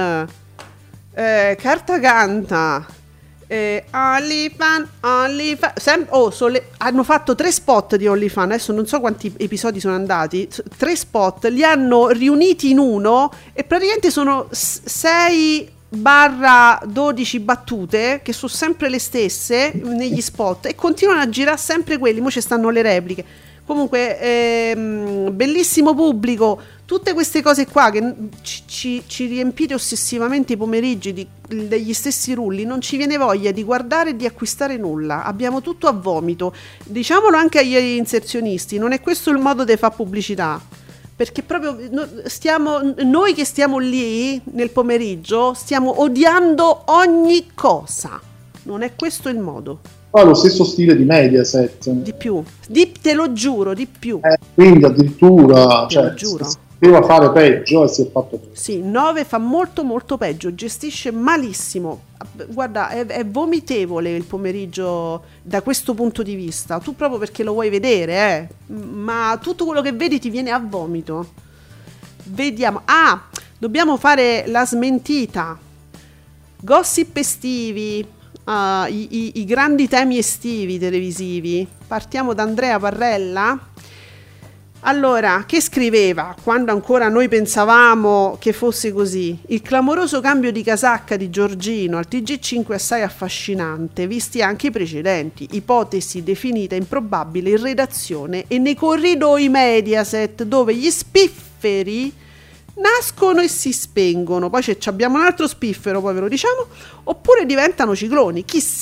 D: eh, Carta Canta, eh, OnlyFans, OnlyFans, sem- oh, sole- hanno fatto tre spot di OnlyFans, adesso non so quanti episodi sono andati, s- tre spot, li hanno riuniti in uno e praticamente sono s- sei barra dodici battute che sono sempre le stesse negli spot e continuano a girare sempre quelli, mo ci stanno le repliche. Comunque, ehm, bellissimo pubblico, tutte queste cose qua che ci, ci, ci riempite ossessivamente i pomeriggi di, degli stessi rulli, non ci viene voglia di guardare e di acquistare nulla, abbiamo tutto a vomito, diciamolo anche agli inserzionisti, non è questo il modo di fare pubblicità, perché proprio no, stiamo, noi che stiamo lì nel pomeriggio stiamo odiando ogni cosa, non è questo il modo.
E: Poi lo stesso stile di Mediaset.
D: Di più, di, te lo giuro, di più.
E: Eh, quindi addirittura
D: Te
E: cioè,
D: lo giuro.
E: si poteva fare peggio e si è fatto peggio.
D: Sì, nove fa molto molto peggio, gestisce malissimo. Guarda, è, è vomitevole il pomeriggio da questo punto di vista. Tu proprio perché lo vuoi vedere, eh. Ma tutto quello che vedi ti viene a vomito. Vediamo. Ah, dobbiamo fare la smentita. Gossip estivi. Uh, i, i, i grandi temi estivi televisivi. Partiamo da Andrea Parrella. Allora, che scriveva quando ancora noi pensavamo che fosse così? Il clamoroso cambio di casacca di Giorgino al T G cinque è assai affascinante, visti anche i precedenti, ipotesi definita improbabile in redazione e nei corridoi Mediaset, dove gli spifferi nascono e si spengono, poi c'è, abbiamo un altro spiffero, poi ve lo diciamo, oppure diventano cicloni, chissà.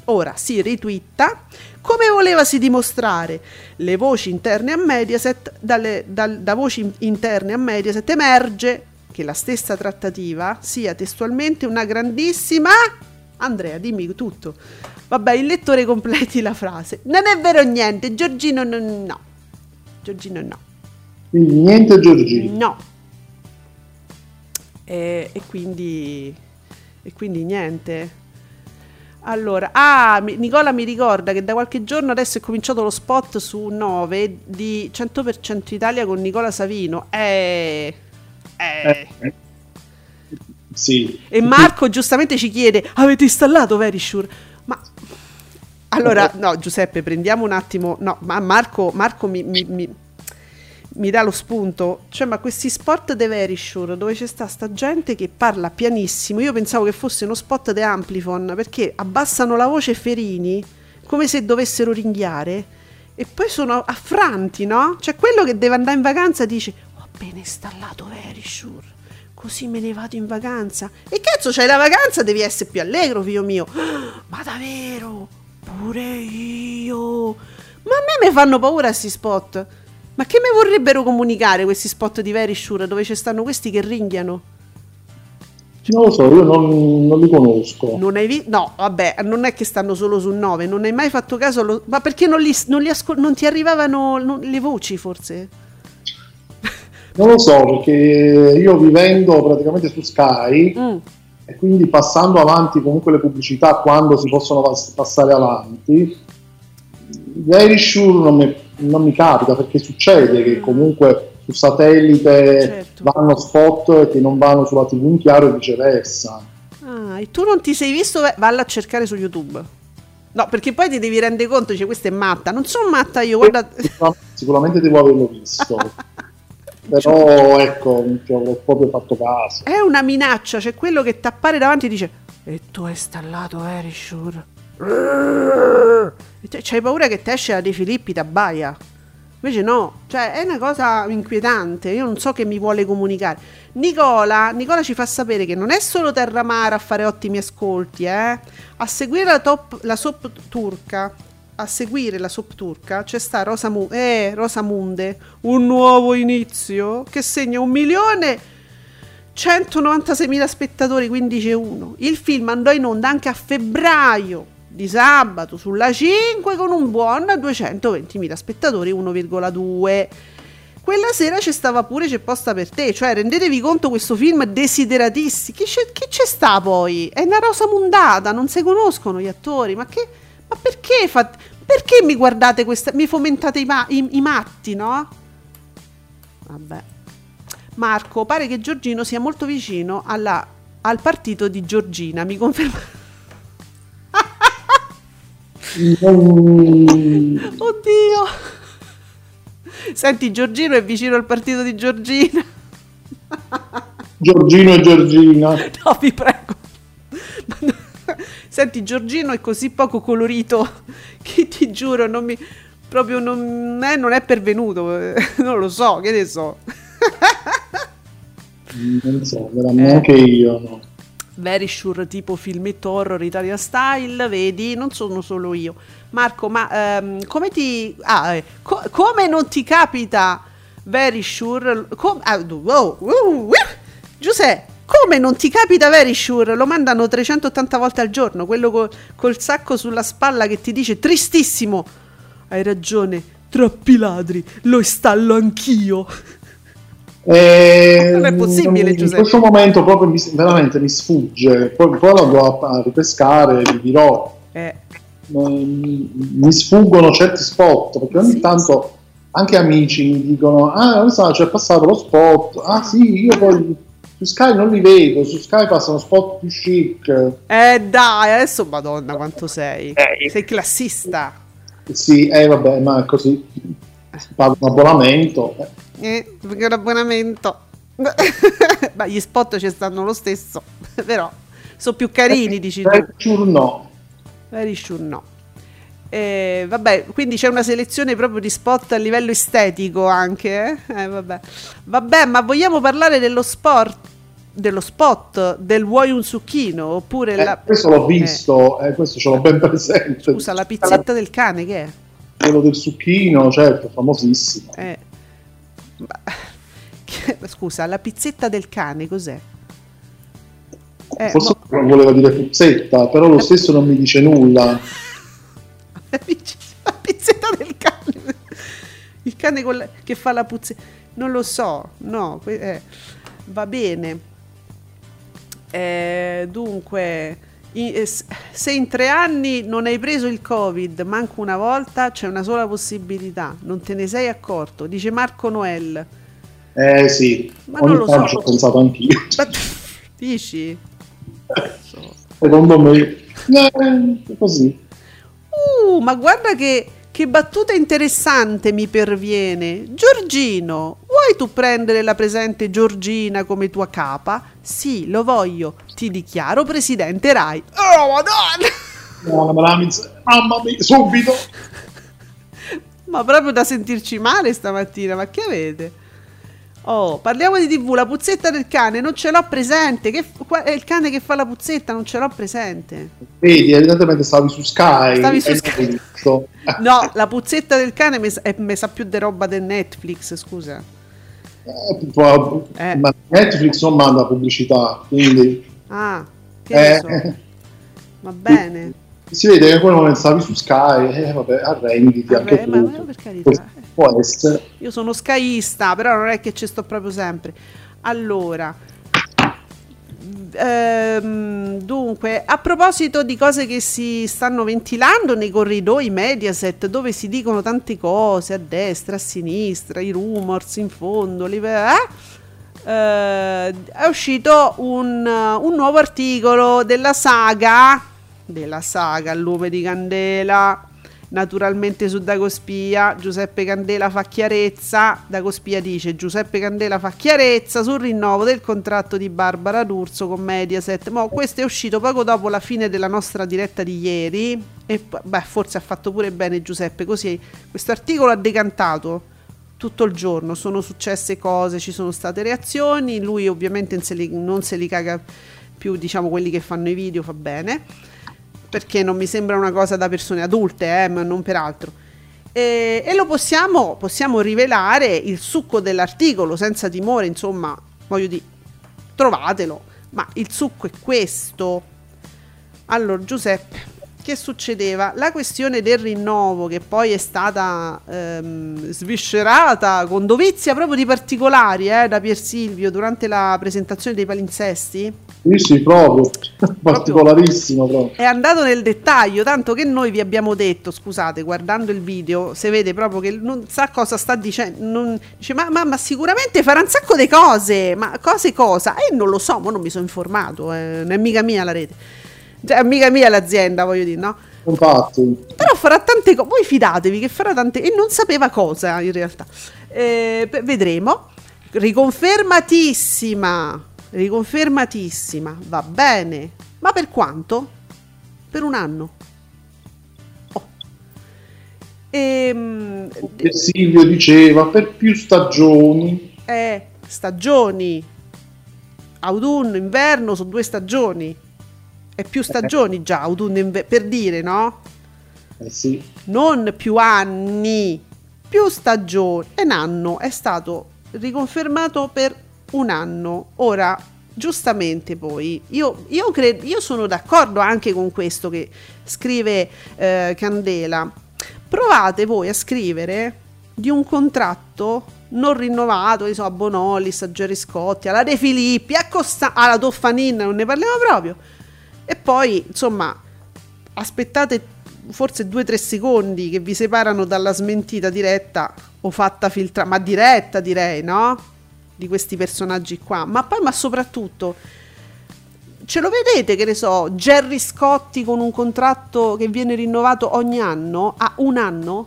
D: Ora si ritwitta. Come volevasi dimostrare le voci interne a Mediaset, dalle, dal, da voci interne a Mediaset emerge che la stessa trattativa sia testualmente una grandissima... Andrea, dimmi tutto. Vabbè, il lettore completi la frase. Non è vero niente, Giorgino non... no. Giorgino no.
E: Quindi niente Giorgino.
D: No. E, e quindi... E quindi niente... Allora, ah, Nicola mi ricorda che da qualche giorno adesso è cominciato lo spot su nove di cento per cento Italia con Nicola Savino. Eh, eh.
E: Eh, sì.
D: E Marco giustamente ci chiede: avete installato Verisure? Ma allora, no, Giuseppe, prendiamo un attimo. No, ma Marco, Marco mi, mi, mi, mi dà lo spunto. Cioè, ma questi spot di Verisure dove c'è sta sta gente che parla pianissimo, io pensavo che fosse uno spot di Amplifon, perché abbassano la voce Ferini come se dovessero ringhiare e poi sono affranti, no? Cioè quello che deve andare in vacanza dice: ho appena installato Verisure, così me ne vado in vacanza. E cazzo, c'hai la vacanza, devi essere più allegro, figlio mio. Ma davvero? Pure io. Ma a me mi fanno paura questi spot. Ma che mi vorrebbero comunicare questi spot di Verisure dove ci stanno questi che ringhiano?
E: Non lo so, io non, non li conosco.
D: Non hai visto? No, vabbè, non è che stanno solo su nove, non hai mai fatto caso, lo... ma perché non, li, non, li ascol- non ti arrivavano non, le voci forse?
E: Non lo so, perché io vivendo praticamente su Sky mm. e quindi passando avanti comunque le pubblicità quando si possono pass- passare avanti, Verisure non mi, non mi capita, perché succede che comunque su satellite certo. vanno spot che non vanno sulla tivù in chiaro e viceversa.
D: Ah, e tu non ti sei visto? Valla a cercare su YouTube. No, perché poi ti devi rendere conto, dice, questa è matta. Non sono matta io, guarda.
E: Sicuramente devo averlo visto. Però ecco, non ci avrò proprio fatto caso.
D: È una minaccia, c'è quello che ti appare davanti e dice: e tu hai installato Verisure? C'hai paura che ti esce la De Filippi da baia. Invece no, cioè è una cosa inquietante. Io non so che mi vuole comunicare. Nicola, Nicola ci fa sapere che non è solo Terramara a fare ottimi ascolti, eh. A seguire la top, la soap turca. A seguire la soap turca c'è sta Rosa, Mu- eh, Rosamunde, un nuovo inizio che segna un milione centonovantaseimila spettatori, quindici e uno. Il film andò in onda anche a febbraio di sabato sulla cinque con un buon duecentoventimila spettatori, uno virgola due. Quella sera c'è stava pure C'è posta per te, cioè rendetevi conto, questo film desideratissimo. Chi c'è, chi c'è sta poi? È una Rosamundata, non si conoscono gli attori, ma che... Ma perché fate, perché mi guardate questa, mi fomentate i, ma, i, i matti, no? Vabbè. Marco, pare che Giorgino sia molto vicino alla, al partito di Giorgina, mi conferma? Oddio. Senti, Giorgino è vicino al partito di Giorgina.
E: Giorgino e Giorgina.
D: No, vi prego. Senti, Giorgino è così poco colorito che ti giuro non mi proprio non è, non è pervenuto. Non lo so, che ne so.
E: Non so, neanche eh. io, no.
D: Verisure tipo filmetto horror Italia style, vedi, non sono solo io. Marco, ma ehm, come ti ah, eh, co- come non ti capita Verisure? Com- ah, oh, uh, uh, Giuseppe, come non ti capita Verisure? Lo mandano trecentottanta volte al giorno, quello col, col sacco sulla spalla che ti dice tristissimo. Hai ragione, troppi ladri, lo installo anch'io.
E: Eh,
D: non è possibile,
E: in
D: Giuseppe.
E: questo momento proprio mi, veramente mi sfugge, poi, poi lo andrò a, a ripescare, vi dirò.
D: Eh.
E: Mi, mi sfuggono certi spot, perché ogni sì, tanto sì. anche amici mi dicono: ah, so, c'è passato lo spot. Ah sì, io poi su Sky non li vedo, su Sky passano spot più chic.
D: Eh dai, adesso madonna quanto sei eh. Sei classista.
E: Sì, eh vabbè, ma è così, pago un abbonamento.
D: Eh. Eh, perché l'abbonamento. Ma gli spot ci stanno lo stesso, però sono più carini, dici tu.
E: Verisure no.
D: Verisure no. Eh, vabbè, quindi c'è una selezione proprio di spot a livello estetico anche, eh? Eh, vabbè. Vabbè, ma vogliamo parlare dello sport? dello spot del vuoi un succhino oppure
E: eh,
D: la...
E: questo l'ho visto, eh. Eh, questo ce l'ho ben presente.
D: Scusa, la pizzetta del cane che è?
E: Quello del succhino, certo, famosissimo.
D: Eh. Ma... Scusa, la pizzetta del cane cos'è? Eh,
E: Forse
D: mo...
E: voleva dire puzzetta, però lo stesso non mi dice nulla.
D: La pizzetta del cane, il cane con la... che fa la puzzetta, non lo so, no, eh. Va bene. Eh, dunque, in, se in tre anni non hai preso il Covid, manco una volta, c'è una sola possibilità, non te ne sei accorto, dice Marco Noel.
E: Eh sì,
D: ma
E: ogni
D: non lo so.
E: Ci ho pensato anch'io.
D: Ma, dici?
E: So. Secondo me è così.
D: Uh, ma guarda che, che battuta interessante mi perviene. Giorgino, vuoi tu prendere la presente Giorgina come tua capa? Sì, lo voglio. Ti dichiaro presidente Rai. Oh, madonna!
E: Mamma mia, subito!
D: Ma proprio da sentirci male stamattina, ma che avete? Oh, parliamo di tivù, la puzzetta del cane, non ce l'ho presente. Che è il cane che fa la puzzetta, non ce l'ho presente.
E: Vedi, evidentemente stavi su Sky.
D: Stavi su Sky. No, la puzzetta del cane mi sa, sa più di roba del Netflix, scusa.
E: Eh, eh. Ma Netflix non manda pubblicità, quindi...
D: Ah, che
E: eh.
D: so. Va bene.
E: Si vede che in quel momento stavi su Sky, eh, vabbè, arrenditi
D: Arre-
E: anche
D: ma,
E: tu.
D: ma per carità.
E: Può essere.
D: Io sono skyista, però non è che ci sto proprio sempre. Allora, ehm, dunque, a proposito di cose che si stanno ventilando nei corridoi Mediaset, dove si dicono tante cose a destra, a sinistra, i rumors in fondo, li, eh, eh, è uscito un, un nuovo articolo della saga, della saga al lume di candela. Naturalmente su Dagospia, Giuseppe Candela fa chiarezza, Dagospia dice Giuseppe Candela fa chiarezza sul rinnovo del contratto di Barbara D'Urso con Mediaset. Mo, questo è uscito poco dopo la fine della nostra diretta di ieri e beh, forse ha fatto pure bene Giuseppe, così questo articolo ha decantato tutto il giorno, sono successe cose, ci sono state reazioni, lui ovviamente non se li, non se li caga più, diciamo quelli che fanno i video, fa bene, perché non mi sembra una cosa da persone adulte, eh, ma non per altro. E, e lo possiamo, possiamo rivelare il succo dell'articolo senza timore, insomma, voglio dire, trovatelo. Ma il succo è questo. Allora, Giuseppe, che succedeva? La questione del rinnovo, che poi è stata ehm, sviscerata con dovizia proprio di particolari eh, da Pier Silvio durante la presentazione dei palinsesti.
E: Sì, sì, proprio, particolarissimo proprio.
D: È andato nel dettaglio, tanto che noi vi abbiamo detto, scusate, guardando il video, si vede proprio che non sa cosa sta dicendo, non, dice ma, ma, ma sicuramente farà un sacco di cose, ma cose cosa? E eh, non lo so, ma non mi sono informato, eh, non è mica mia la rete, cioè è mica mia l'azienda, voglio dire, no?
E: Infatti.
D: Però farà tante cose, voi fidatevi che farà tante, e non sapeva cosa in realtà, eh, vedremo, riconfermatissima. Riconfermatissima, va bene, ma per quanto? Per un anno. Oh. E,
E: Silvio diceva per più stagioni.
D: Eh, stagioni. Autunno, inverno sono due stagioni. È più stagioni già, autunno, inverno, per dire, no?
E: Eh sì.
D: Non più anni, più stagioni. E un anno è stato riconfermato per un anno. Ora, giustamente poi io, io, credo, io sono d'accordo anche con questo che scrive eh, Candela. Provate voi a scrivere di un contratto non rinnovato, insomma, a Bonolis, a Gerry Scotti, alla De Filippi, a Costa- alla Toffanin, non ne parliamo proprio, e poi insomma aspettate forse due o tre secondi che vi separano dalla smentita diretta o fatta filtrare, ma diretta direi, no? Di questi personaggi qua, ma poi ma soprattutto ce lo vedete, che ne so, Gerry Scotti con un contratto che viene rinnovato ogni anno a un anno?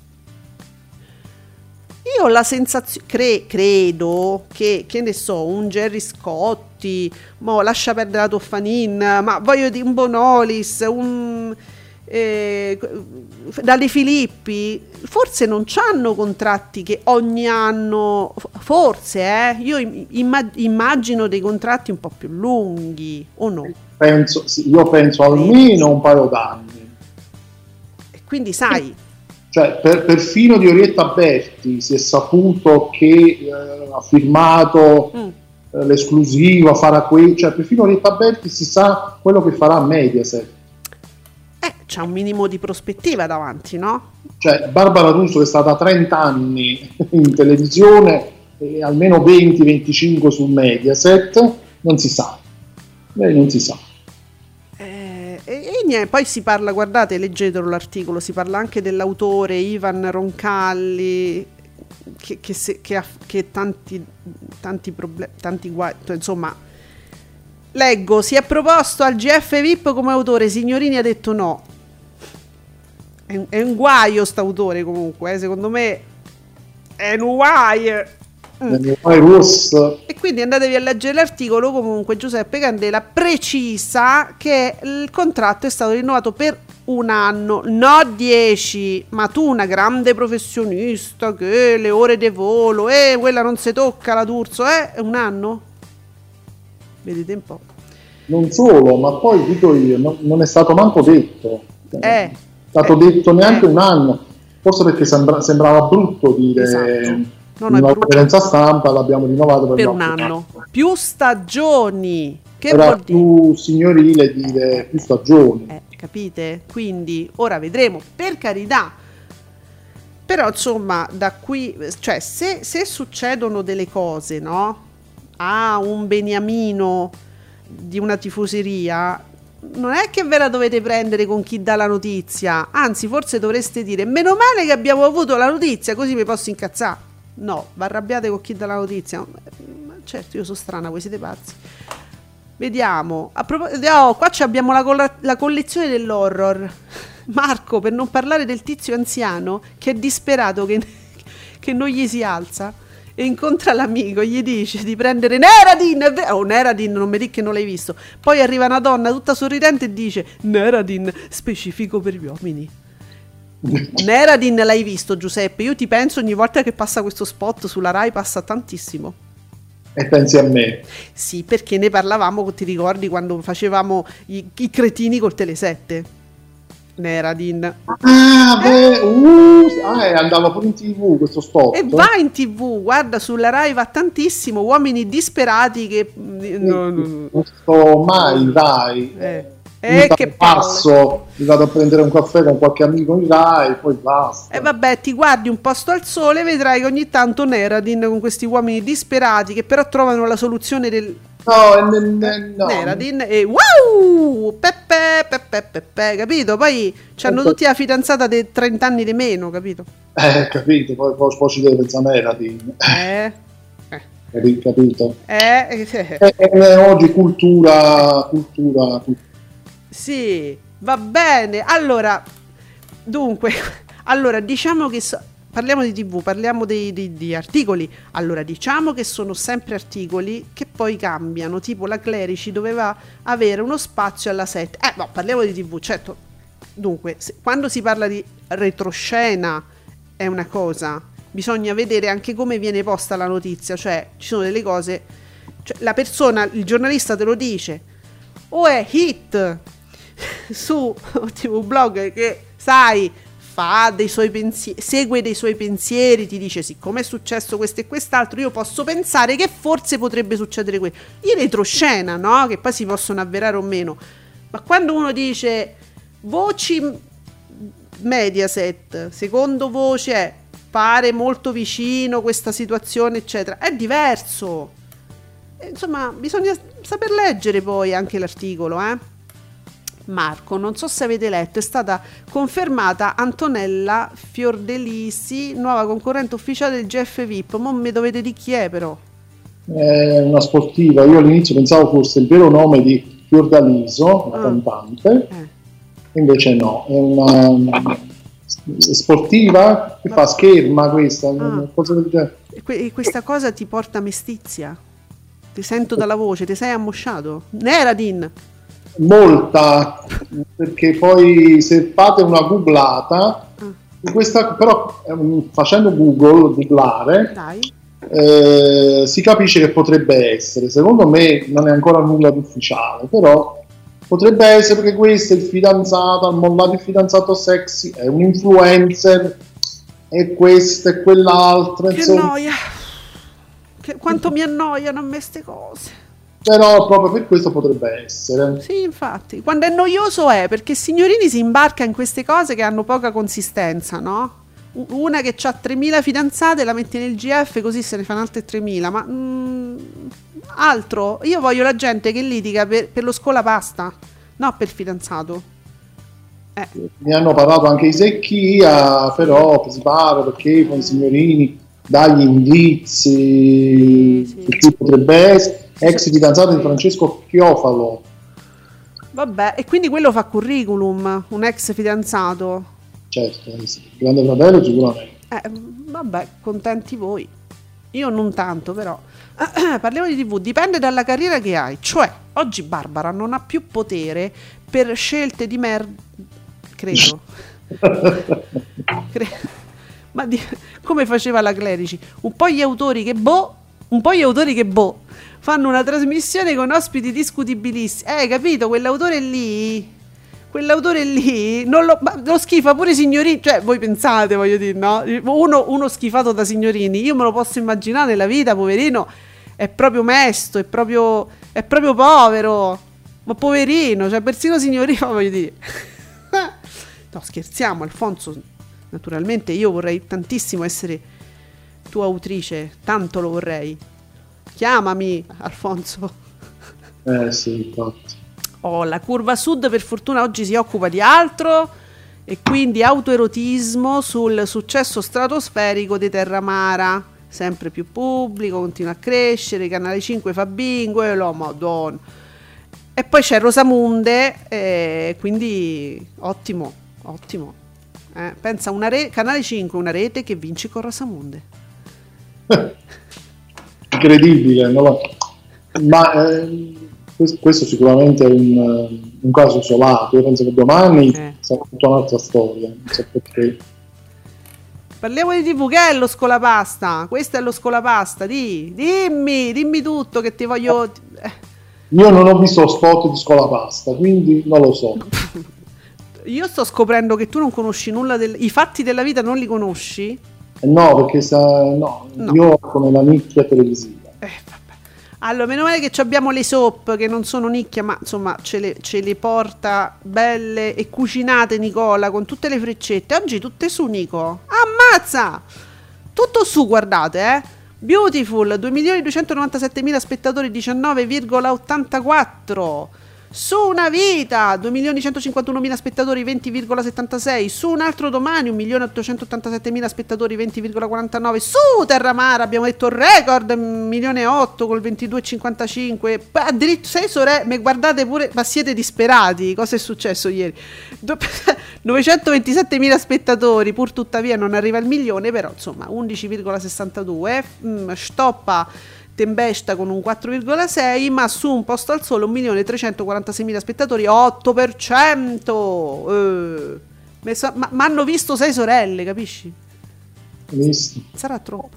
D: Io ho la sensazione, cre- credo che, che ne so, un Gerry Scotti, mo lascia perdere la Toffanin, ma voglio dire un Bonolis, un eh, dalle Filippi, forse non c'hanno contratti che ogni anno, forse, eh, io imma- immagino dei contratti un po' più lunghi, o no?
E: Penso, sì, io penso almeno un paio d'anni.
D: E quindi sai...
E: Cioè, per, perfino di Orietta Berti si è saputo che eh, ha firmato mm. eh, l'esclusiva, farà qui, cioè perfino Orietta Berti si sa quello che farà a Mediaset.
D: Eh, c'è un minimo di prospettiva davanti, no?
E: Cioè, Barbara D'Urso che è stata trenta anni in televisione e almeno venti venticinque su Mediaset, non si sa. Lei non si sa.
D: E, e niente, poi si parla, guardate, leggetelo l'articolo, si parla anche dell'autore Ivan Roncalli che, che, se, che ha che tanti tanti problemi, tanti guai, insomma, leggo, si è proposto al G F V I P come autore, Signorini ha detto no. È, è un guaio st'autore comunque, eh, secondo me è un guaio. Mm. E quindi andatevi a leggere l'articolo. Comunque Giuseppe Candela precisa che il contratto è stato rinnovato per un anno, no dieci, ma tu una grande professionista che le ore di volo, eh, quella non si tocca la D'Urso, eh, è un anno? Vedete un po'.
E: Non solo, ma poi dico io, non, non è stato manco detto,
D: eh,
E: è stato
D: eh,
E: detto neanche
D: eh.
E: un anno, forse perché sembra, sembrava brutto dire...
D: Esatto.
E: In una conferenza stampa l'abbiamo rinnovato per,
D: per un anno. anno più stagioni, che
E: era
D: vuol dire?
E: Più signorile dire più stagioni,
D: eh, capite? Quindi ora vedremo, per carità, però insomma da qui, cioè se, se succedono delle cose, no, a un beniamino di una tifoseria, non è che ve la dovete prendere con chi dà la notizia, anzi forse dovreste dire meno male che abbiamo avuto la notizia, così mi posso incazzare. No, vi arrabbiate con chi dà la notizia. Ma certo, io sono strana, voi siete pazzi. Vediamo. A proposito, oh, qua abbiamo la, coll- la collezione dell'horror. Marco, per non parlare del tizio anziano che è disperato che, che non gli si alza e incontra l'amico, gli dice di prendere Neradin. Oh, Neradin, non mi dica che non l'hai visto. Poi arriva una donna tutta sorridente e dice Neradin, specifico per gli uomini. Neradin l'hai visto, Giuseppe? Io ti penso ogni volta che passa questo spot sulla Rai, passa tantissimo.
E: E pensi a me?
D: Sì, perché ne parlavamo, ti ricordi quando facevamo i, i cretini col Telesette? Neradin.
E: Ah, beh, uh, ah, eh, andava pure in tv questo spot.
D: E va in tv, guarda, sulla Rai va tantissimo, uomini disperati che... No, no, no.
E: Non sto mai in Rai.
D: Eh. E eh, che
E: passo, mi vado a prendere un caffè con qualche amico in Rai, poi basta.
D: E eh vabbè, ti guardi un posto al sole, vedrai che ogni tanto Neradin con questi uomini disperati che però trovano la soluzione del...
E: No, ne, ne, no.
D: Neradin e wow! Peppe, peppe, peppe, capito? Poi c'hanno tutti la fidanzata di trenta anni di meno, capito?
E: Eh, capito, poi, poi, poi ci deve pensare Neradin.
D: Eh...
E: eh. Capito?
D: Eh... eh.
E: E, e oggi cultura, cultura, cultura.
D: Sì, va bene. Allora, dunque, allora diciamo che so, parliamo di tivù, parliamo di, di, di articoli. Allora, diciamo che sono sempre articoli che poi cambiano, tipo la Clerici doveva avere uno spazio alla sette. Eh, no, parliamo di tivù, certo. Dunque, se, quando si parla di retroscena è una cosa, bisogna vedere anche come viene posta la notizia, cioè ci sono delle cose, cioè, la persona, il giornalista te lo dice, o è hit su un blog che sai fa dei suoi pensieri, segue dei suoi pensieri, ti dice siccome è successo questo e quest'altro io posso pensare che forse potrebbe succedere questo, in retroscena, no? Che poi si possono avverare o meno, ma quando uno dice voci Mediaset, secondo voce è, pare molto vicino questa situazione eccetera, è diverso, e, insomma bisogna saper leggere poi anche l'articolo, eh Marco, non so se avete letto, è stata confermata Antonella Fiordelisi, nuova concorrente ufficiale del G F V I P. Mo mi dovete dire chi è, però.
E: È una sportiva, io all'inizio pensavo fosse il vero nome di Fiordaliso, la ah. cantante, eh. invece no, è una sportiva che Ma... fa scherma questa, ah. cosa del genere.
D: E questa cosa ti porta mestizia? Ti sento dalla voce, ti sei ammosciato? Neradin!
E: molta, perché poi se fate una googlata, questa, però facendo Google, googlare,
D: Dai.
E: eh, si capisce che potrebbe essere. Secondo me non è ancora nulla di ufficiale, però potrebbe essere che questo è il fidanzato, ha mollato il fidanzato sexy, è un influencer, e questo e quell'altro.
D: Che
E: insomma.
D: noia. Che, quanto mi annoiano a me ste cose.
E: Però proprio per questo potrebbe essere.
D: Sì, infatti, quando è noioso è perché signorini si imbarca in queste cose che hanno poca consistenza, no? U- Una che ha tremila fidanzate la metti nel G F così se ne fanno altre tremila, ma mm, altro, io voglio la gente che litiga per, per lo scolapasta, no per il fidanzato. Eh.
E: Ne hanno parlato anche i Secchia, però si pare perché con i signorini dagli indizi
D: Sì, sì.
E: su chi potrebbe essere. Ex fidanzato di Francesco Chiofalo.
D: Vabbè, e quindi quello fa curriculum, un ex fidanzato.
E: Certo, sì. Grande Fratello sicuramente.
D: Eh, vabbè, contenti voi. Io non tanto, però. Parliamo di tivù, dipende dalla carriera che hai. Cioè, oggi Barbara non ha più potere per scelte di merda. Credo. Cre- Ma di- come faceva la Clerici? Un po' gli autori che boh, un po' gli autori che boh. Fanno una trasmissione con ospiti discutibilissimi. Eh, capito? Quell'autore lì, quell'autore lì, non lo, ma lo schifa pure Signorini. Cioè, voi pensate, voglio dire, no? Uno, uno schifato da Signorini, io me lo posso immaginare nella vita, poverino. È proprio mesto, è proprio, è proprio povero. Ma poverino, cioè, persino Signorini, voglio dire. No, scherziamo, Alfonso. Naturalmente io vorrei tantissimo essere tua autrice, tanto lo vorrei. Chiamami, Alfonso.
E: Eh sì, infatti.
D: Oh, la curva sud per fortuna oggi si occupa di altro e quindi autoerotismo sul successo stratosferico di Terramara, sempre più pubblico, continua a crescere, Canale cinque fa bingo e lo madonna. E poi c'è Rosamunde, eh, quindi ottimo, ottimo. Eh, pensa, una re- Canale cinque, una rete che vince con Rosamunde.
E: Incredibile, non lo... ma eh, questo, questo sicuramente è un, un caso isolato. Io penso che domani
D: Eh.
E: sarà tutta un'altra storia, non so perché.
D: Parliamo di tivù, che è lo scolapasta? Questo è lo scolapasta, di, dimmi, dimmi tutto che ti voglio... Eh.
E: Io non ho visto lo spot di Scolapasta, quindi non lo so.
D: Io sto scoprendo che tu non conosci nulla del... I fatti della vita non li conosci?
E: Eh no, perché sa, no,
D: No.
E: io ho come la nicchia televisiva.
D: Eh, vabbè. Allora, meno male che abbiamo le soap, che non sono nicchia, ma insomma ce le, ce le porta belle e cucinate Nicola, con tutte le freccette. Oggi tutte su, Nico. Ammazza! Tutto su, guardate, eh. Beautiful, due milioni duecentonovantasettemila spettatori, diciannove virgola ottantaquattro. Su una vita, due milioni centocinquantunomila spettatori, venti virgola settantasei. Su un altro domani, un milione ottocentottantasettemila spettatori, venti virgola quarantanove. Su Terramara, abbiamo detto record, un milione e otto col ventidue virgola cinquantacinque. Addirittura sei sorelle, guardate pure, ma siete disperati, cosa è successo ieri? novecentoventisettemila spettatori, pur tuttavia non arriva al milione, però insomma undici virgola sessantadue. Mm, stoppa Tempesta con un quattro virgola sei, ma su Un posto al sole un milione trecentoquarantaseimila spettatori, otto per cento. Eh. So, ma hanno visto sei sorelle, capisci?
E: Visto?
D: Sarà troppo.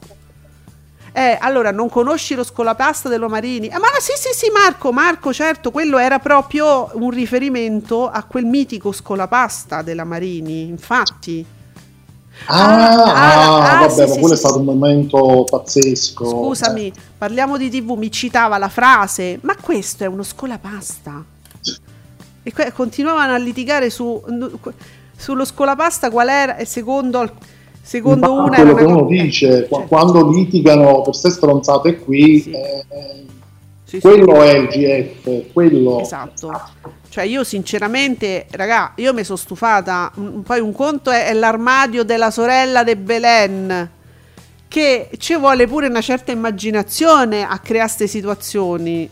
D: Eh, allora, non conosci lo Scolapasta dello Marini? Ah, ma no, sì, sì, sì, Marco, Marco, certo, quello era proprio un riferimento a quel mitico Scolapasta della Marini, infatti.
E: Ah,
D: Ah,
E: ah,
D: ah,
E: vabbè,
D: sì,
E: ma
D: sì,
E: quello
D: sì,
E: è stato
D: sì.
E: un momento pazzesco.
D: Scusami, parliamo di tivù, mi citava la frase, ma questo è uno Scolapasta. E que- continuavano a litigare su, sullo Scolapasta qual era, e secondo, secondo
E: Ma
D: una era
E: quello
D: una
E: che uno
D: co-
E: dice,
D: eh,
E: qua-
D: cioè,
E: quando litigano per ste stronzate qui,
D: Sì.
E: eh,
D: sì, sì.
E: quello è il G F, quello...
D: Esatto. Cioè io sinceramente, raga, io mi sono stufata. Un- Poi un conto è, è l'armadio della sorella de Belen, che ci vuole pure una certa immaginazione a creare queste situazioni.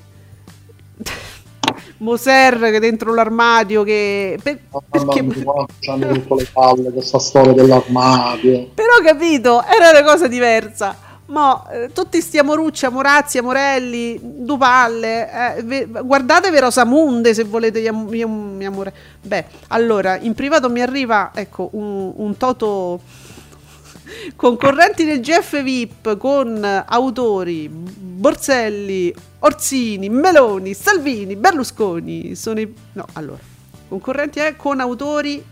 D: Moser che dentro l'armadio che... per-
E: Mamma
D: perché...
E: mia, quanto ci hanno rotto le palle questa storia dell'armadio.
D: Però capito, era una cosa diversa. mo, eh, tutti sti amorucci, amorazzi, amorelli, due palle, eh, ve, guardatevi Rosamunde se volete gli, am- gli, am- gli amore. Beh, allora, in privato mi arriva, ecco, un, un toto concorrenti del G F V I P con autori Borselli, Orsini, Meloni, Salvini, Berlusconi, sono i... no, allora, concorrenti eh, con autori...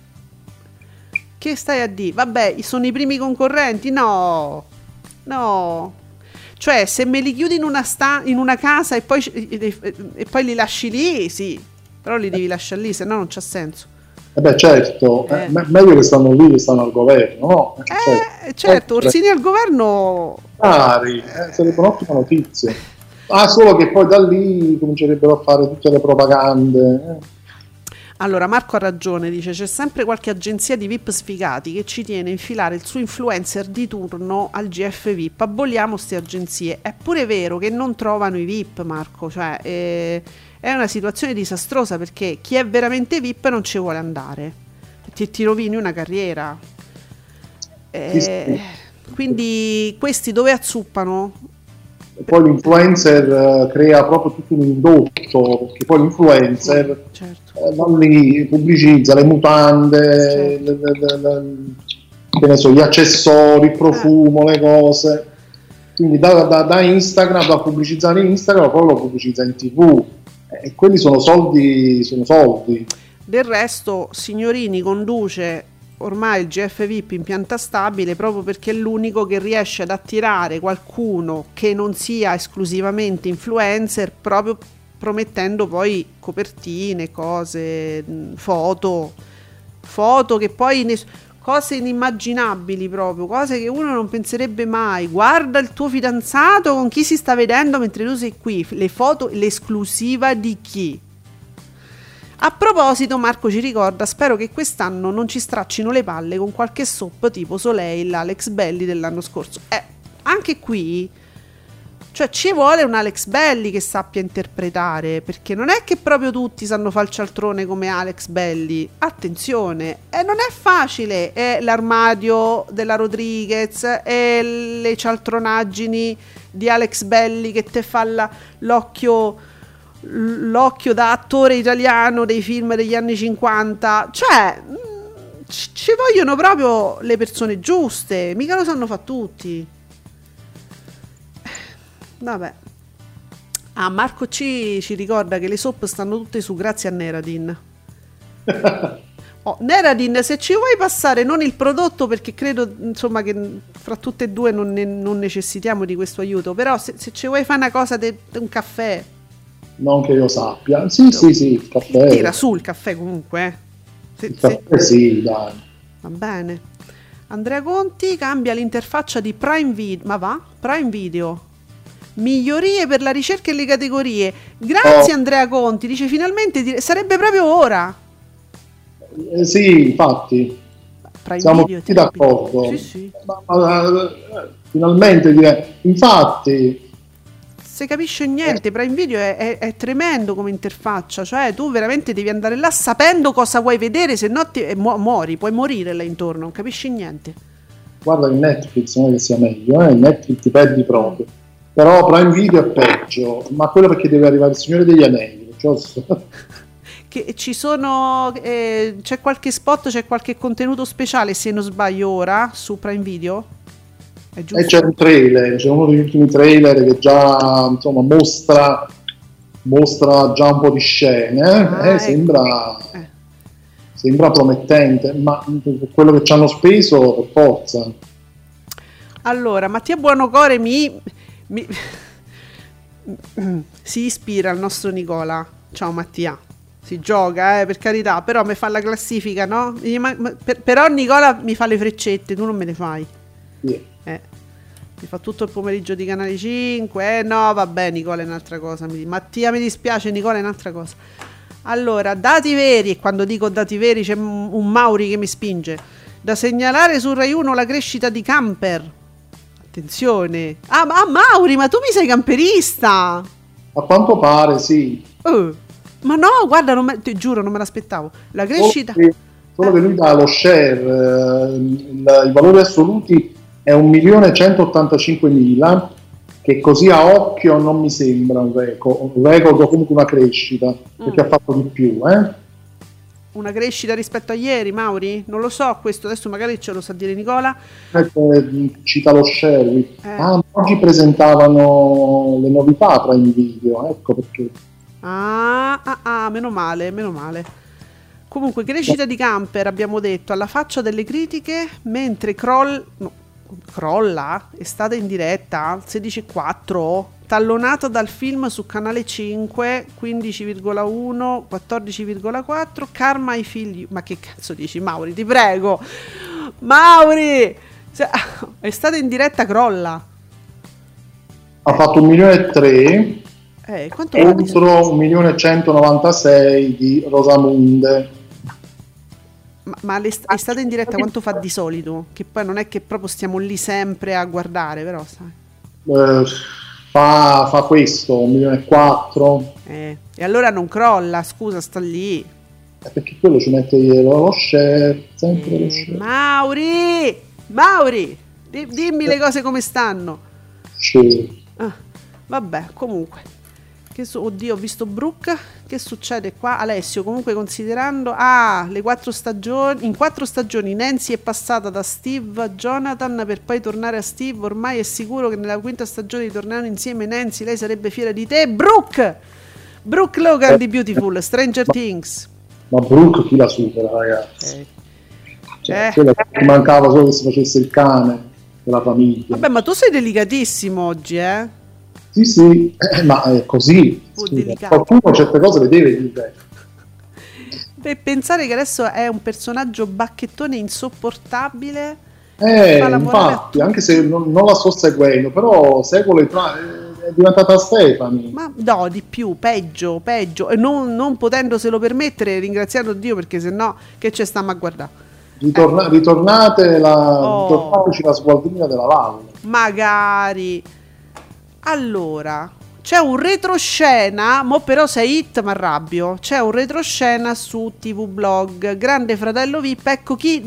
D: Che stai a dire? Vabbè, sono i primi concorrenti? No, no. Cioè, se me li chiudi in una, sta- in una casa e poi, e, e poi li lasci lì, sì. Però li devi lasciare lì, se no non c'ha senso.
E: Eh beh, certo,
D: eh.
E: Eh, me- meglio che stanno lì che stanno al governo, no?
D: Eh, certo, certo Orsini al governo...
E: Cari, eh, sarebbe un'ottima notizia. Ah, solo che poi da lì comincerebbero a fare tutte le propagande, eh.
D: Allora Marco ha ragione, dice c'è sempre qualche agenzia di V I P sfigati che ci tiene a infilare il suo influencer di turno al G F V I P, aboliamo ste agenzie. È pure vero che non trovano i V I P, Marco, cioè eh, è una situazione disastrosa perché chi è veramente V I P non ci vuole andare, ti, ti rovini una carriera, eh,
E: sì, sì.
D: Quindi questi dove azzuppano?
E: E poi l'influencer uh, crea proprio tutto un indotto, perché poi l'influencer
D: certo.
E: uh, va lì, pubblicizza le mutande,
D: certo.
E: le, le, le, che ne so, gli accessori, il profumo, eh. le cose. Quindi da, da, da Instagram, da pubblicizzare in Instagram, poi lo pubblicizza in tivù. E quelli sono soldi, sono soldi.
D: Del resto, Signorini conduce ormai il G F V I P in pianta stabile proprio perché è l'unico che riesce ad attirare qualcuno che non sia esclusivamente influencer, proprio promettendo poi copertine, cose, foto, foto che poi ne, cose inimmaginabili proprio, cose che uno non penserebbe mai. Guarda il tuo fidanzato con chi si sta vedendo mentre tu sei qui, le foto, l'esclusiva di chi? A proposito, Marco ci ricorda, spero che quest'anno non ci straccino le palle con qualche soap tipo Soleil, Alex Belli dell'anno scorso. Eh, anche qui, cioè ci vuole un Alex Belli che sappia interpretare, perché non è che proprio tutti sanno fare il cialtrone come Alex Belli. Attenzione, eh, non è facile, è l'armadio della Rodriguez, è le cialtronaggini di Alex Belli che te fa la, l'occhio... l'occhio da attore italiano dei film degli anni cinquanta, cioè c- ci vogliono proprio le persone giuste, mica lo sanno fa tutti. Vabbè. Ah, Marco C ci ricorda che le soap stanno tutte su grazie a Neradin. Oh, Neradin, se ci vuoi passare non il prodotto, perché credo insomma che fra tutte e due non, ne- non necessitiamo di questo aiuto, però se, se ci vuoi fare una cosa di un caffè,
E: non che io sappia, sì, sì, sì, il caffè.
D: Tira su il caffè comunque. Eh. Se,
E: il caffè
D: se...
E: sì, dai.
D: Va bene. Andrea Conti cambia l'interfaccia di Prime Video. Ma va? Prime Video. Migliorie per la ricerca e le categorie. Grazie oh. Andrea Conti. Dice finalmente dire... sarebbe proprio ora.
E: Eh, sì, infatti.
D: Prime
E: siamo
D: Video,
E: tutti d'accordo.
D: Sì, sì.
E: Ma, ma, ma, finalmente dire. Infatti.
D: Se capisce niente, Prime Video è, è, è tremendo come interfaccia, cioè tu veramente devi andare là sapendo cosa vuoi vedere, se no ti, eh, mu- muori, puoi morire là intorno, non capisci niente.
E: Guarda che Netflix non è che sia meglio, eh? Netflix ti perdi proprio, però Prime Video è peggio, ma quello perché deve arrivare il Signore degli Anelli, giusto?
D: Che ci sono, eh, c'è qualche spot, c'è qualche contenuto speciale, se non sbaglio ora, su Prime Video?
E: E c'è un trailer, c'è uno degli ultimi trailer che già insomma mostra mostra già un po' di scene, ah, eh, ecco. sembra eh. sembra promettente, ma quello che ci hanno speso per forza.
D: Allora, Mattia Buonocore mi, mi si ispira al nostro Nicola. Ciao Mattia. Si gioca, eh, per carità, però mi fa la classifica, no? Per, però Nicola mi fa le freccette, tu non me le fai.
E: Yeah.
D: Eh, mi fa tutto il pomeriggio di Canale cinque. Eh no, vabbè, Nicola è un'altra cosa. Mi, Mattia, mi dispiace, Nicola è un'altra cosa. Allora, dati veri, e quando dico dati veri c'è un, un Mauri che mi spinge. Da segnalare su Rai uno la crescita di camper. Attenzione. Ah, ma, ah, Mauri, ma tu mi sei camperista?
E: A quanto pare, sì.
D: Uh, ma no, guarda, non me, ti giuro, non me l'aspettavo. La crescita...
E: Solo che, solo che lui dà lo share, eh, il, i valori assoluti è un milione centottantacinquemila, che così a occhio non mi sembra un record, un record o comunque una crescita, perché mm. ha fatto di più, eh?
D: Una crescita rispetto a ieri, Mauri? Non lo so questo, adesso magari ce lo sa dire Nicola.
E: Eh, cita lo Sherry.
D: Eh.
E: Ah, oggi presentavano le novità tra in video, ecco perché.
D: Ah, ah, ah, meno male, meno male. Comunque, crescita di Camper, abbiamo detto, alla faccia delle critiche, mentre croll... no, crolla, è stata in diretta, sedici e quattro, tallonata dal film su Canale cinque, quindici virgola uno, quattordici virgola quattro, Karma ai figli... Ma che cazzo dici, Mauri, ti prego! Mauri! Cioè, è stata in diretta, crolla.
E: Ha fatto un milione e tre,
D: eh, quanto
E: contro un milione e centonovantasei di Rosamunde.
D: Ma, ma è stata in diretta quanto fa di solito? Che poi non è che proprio stiamo lì sempre a guardare, però sai.
E: Eh, fa, fa questo, un milione e quattro.
D: Eh, e allora non crolla, scusa, sta lì.
E: Eh, perché quello ci mette lo share, sempre
D: eh,
E: lo share.
D: Mauri! Mauri! Di, dimmi le cose come stanno.
E: Sì.
D: Ah, vabbè, comunque. Che su- Oddio, ho visto Brooke. Che succede qua? Alessio, comunque considerando... Ah, le quattro stagioni... In quattro stagioni Nancy è passata da Steve a Jonathan per poi tornare a Steve. Ormai è sicuro che nella quinta stagione ritorneranno insieme. Nancy, lei sarebbe fiera di te. Brooke! Brooke Logan di Beautiful, Stranger
E: ma,
D: Things.
E: Ma Brooke chi la supera, ragazzi?
D: Eh.
E: Cioè,
D: eh.
E: quella che mancava solo che si facesse il cane della famiglia.
D: Vabbè, ma tu sei delicatissimo oggi, eh?
E: Sì, sì, eh, ma è così. Qualcuno certe cose le deve dire.
D: Per pensare che adesso è un personaggio bacchettone insopportabile.
E: Eh, infatti, anche se non, non la sto seguendo, però seguo le tra... è diventata Stefani.
D: Ma no, di più, peggio, peggio. E non, non potendoselo permettere, ringraziando Dio, perché sennò che ci stiamo a guardare?
E: Ritorna-
D: eh.
E: Ritornate la,
D: oh.
E: ritornateci la sgualdrina della valle.
D: Magari. Allora, c'è un retroscena, mo però sei hit mi arrabbio, c'è un retroscena su T V Blog, Grande Fratello V I P, ecco chi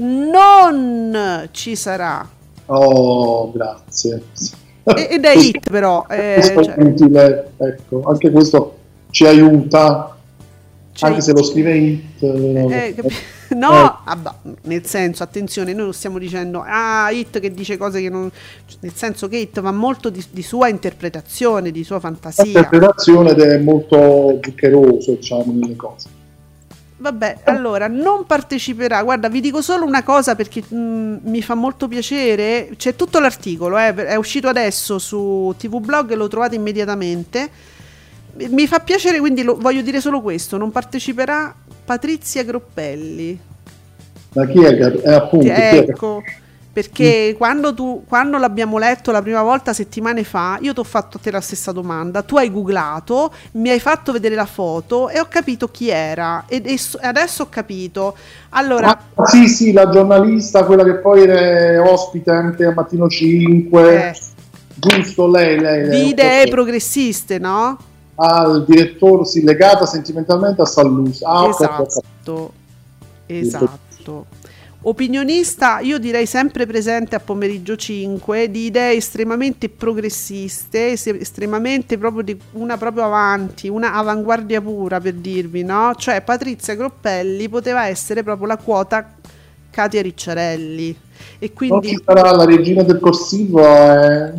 D: non ci sarà.
E: Oh, grazie.
D: E- ed è hit però. Eh,
E: questo
D: cioè.
E: è utile, ecco, anche questo ci aiuta, c'è anche hit. Se lo scrive hit.
D: Eh,
E: eh,
D: no,
E: eh.
D: vabbè, nel senso, attenzione, noi non stiamo dicendo ah, hit che dice cose che non... Nel senso che hit va molto di, di sua interpretazione, di sua fantasia.
E: L'interpretazione ed è molto zuccheroso, diciamo, nelle cose.
D: Vabbè, allora, non parteciperà. Guarda, vi dico solo una cosa perché mh, mi fa molto piacere. C'è tutto l'articolo, eh, è uscito adesso su T V Blog e lo trovate immediatamente. Mi fa piacere, quindi lo, voglio dire solo questo. Non parteciperà Patrizia Groppelli.
E: Ma chi è? È appunto,
D: ecco,
E: chi è?
D: Perché mm. quando, tu, quando l'abbiamo letto la prima volta settimane fa, io ti ho fatto a te la stessa domanda, tu hai googlato, mi hai fatto vedere la foto e ho capito chi era e, e adesso ho capito. Allora,
E: ah, sì sì, la giornalista, quella che poi era ospite anche a Mattino cinque, eh. giusto, lei, lei, lei
D: di idee okay. progressiste, no?
E: Al direttore, sì, legata sentimentalmente a Sallusa. Ah,
D: esatto, esatto. Opinionista, io direi sempre presente a Pomeriggio cinque, di idee estremamente progressiste, estremamente proprio di una proprio avanti, una avanguardia pura, per dirvi, no? Cioè Patrizia Groppelli poteva essere proprio la quota Katia Ricciarelli. E quindi
E: non ci sarà la regina del corsivo, eh...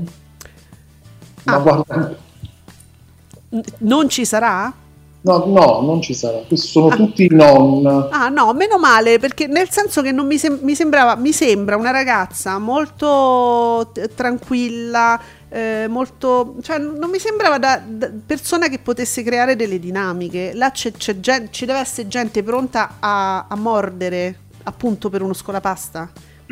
E: ma
D: ah.
E: guarda...
D: Non ci sarà?
E: No, no, non ci sarà. Questi sono ah. tutti non.
D: Ah, no, meno male, perché nel senso che non mi, sem- mi sembrava, mi sembra una ragazza molto t- tranquilla, eh, molto, cioè non mi sembrava da, da persona che potesse creare delle dinamiche. Là c'è, c'è gen- ci deve essere gente pronta a, a mordere, appunto, per uno scolapasta.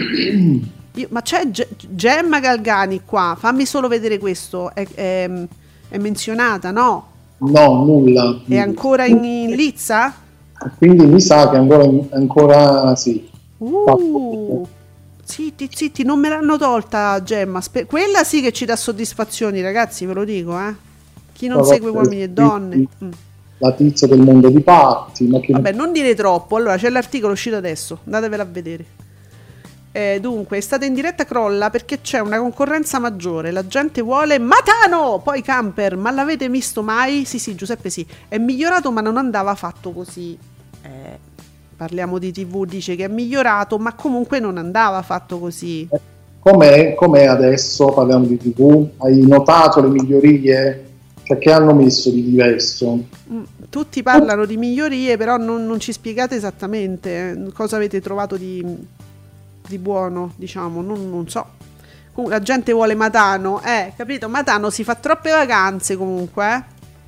D: Io, ma c'è G- Gemma Galgani qua, fammi solo vedere questo, è, è, è menzionata, no?
E: No, nulla.
D: È ancora in, in lizza?
E: Quindi mi sa che ancora, ancora sì.
D: Uh, zitti, zitti, non me l'hanno tolta Gemma. Sper- quella sì che ci dà soddisfazioni, ragazzi, ve lo dico, eh. Chi non
E: Però
D: segue uomini e donne. Mm.
E: La tizia del mondo di Patti. Ma che...
D: Vabbè, non dire troppo. Allora, c'è l'articolo uscito adesso, andatevelo a vedere. Eh, dunque, Estate in diretta crolla perché c'è una concorrenza maggiore, la gente vuole Matano, poi Camper, ma l'avete visto mai? Sì sì, Giuseppe sì, è migliorato ma non andava fatto così. Eh, parliamo di tivù, dice che è migliorato ma comunque non andava fatto così.
E: Com'è, com'è adesso, parliamo di tivù, hai notato le migliorie? Cioè, che hanno messo di diverso?
D: Mm, tutti parlano di migliorie, però non, non ci spiegate esattamente eh, cosa avete trovato di, di buono, diciamo, non, non so. Comunque, la gente vuole Matano, eh, capito? Matano si fa troppe vacanze comunque,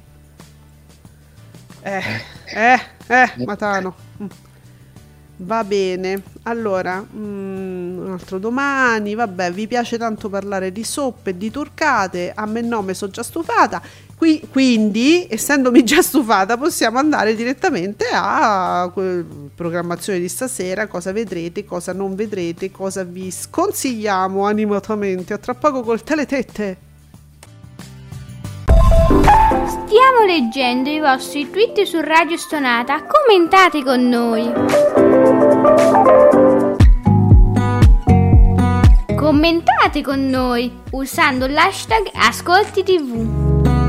D: eh, eh, eh, Matano. Mm. Va bene, allora, mm, un altro domani, vabbè, vi piace tanto parlare di soppe e di turcate, a me no, mi sono già stufata, Qui, quindi, essendomi già stufata, possiamo andare direttamente a que- programmazione di stasera, cosa vedrete, cosa non vedrete, cosa vi sconsigliamo animatamente, a tra poco col Teletette.
C: Stiamo leggendo i vostri tweet su Radio Stonata, commentate con noi. Commentate con noi usando l'hashtag Ascolti tivù.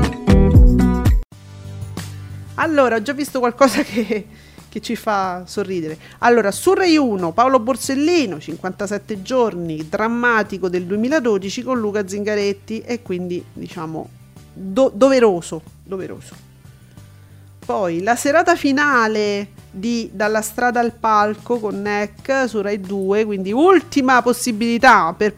D: Allora, ho già visto qualcosa che, che ci fa sorridere. Allora, su Rai uno, Paolo Borsellino, cinquantasette giorni, drammatico del duemiladodici con Luca Zingaretti, e quindi, diciamo, do- doveroso, doveroso. Poi, la serata finale di Dalla strada al palco con Neck su Rai due, quindi ultima possibilità per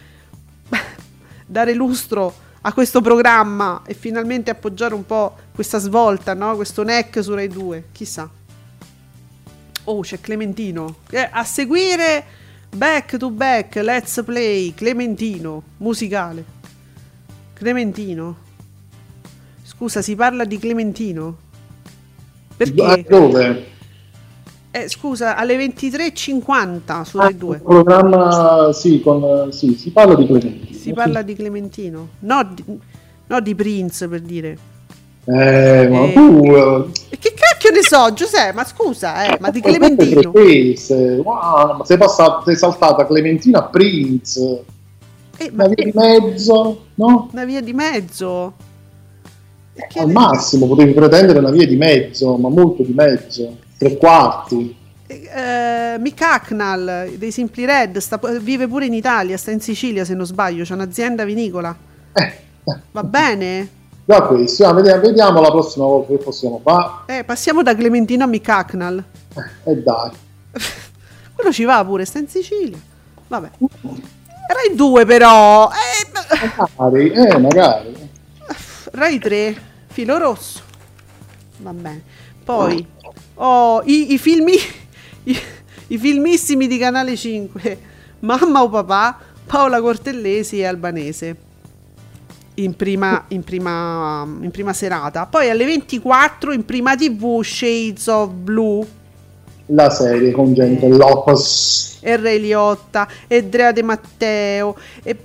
D: dare lustro a questo programma e finalmente appoggiare un po' questa svolta, no? Questo Neck su Rai due, chissà. Oh, c'è Clementino. Eh, a seguire Back to Back, Let's Play, Clementino, musicale. Clementino. Scusa, si parla di Clementino? Perché?
E: Dove?
D: Eh, scusa, alle ventitré e cinquanta su Rai due.
E: Il programma, sì, con, sì, si parla di Clementino.
D: Si parla di Clementino, no di, no di Prince, per dire.
E: Eh, ma
D: Eh,
E: tu...
D: E che cacchio ne so, Giuseppe, ma scusa, eh, ma di Clementino.
E: Wow, ma sei passata, sei saltata Clementina a Prince.
D: Eh, ma
E: Una via
D: eh,
E: di mezzo, no?
D: una via di mezzo. Perché
E: Al
D: ne-
E: massimo potevi pretendere una via di mezzo, ma molto di mezzo, tre quarti.
D: eh, Mick Hucknall dei Simply Red sta, vive pure in Italia, sta in Sicilia se non sbaglio, c'è un'azienda vinicola.
E: Eh,
D: Va bene?
E: già questo, ah, vediamo, vediamo la prossima volta che possiamo fare.
D: Eh, passiamo da Clementino a Mick Hucknall.
E: E eh, dai.
D: Quello ci va pure, sta in Sicilia. Vabbè. Rai due però. Eh,
E: Magari, eh, magari.
D: Rai tre, filo rosso. Va bene. Poi oh, i, i filmi i, i filmissimi di Canale cinque, Mamma o papà, Paola Cortellesi e Albanese. In prima, in prima in prima serata. Poi alle ventiquattro in prima tivù Shades of Blue
E: La serie con gente Lopez.
D: e Ray Liotta e Drea De Matteo e...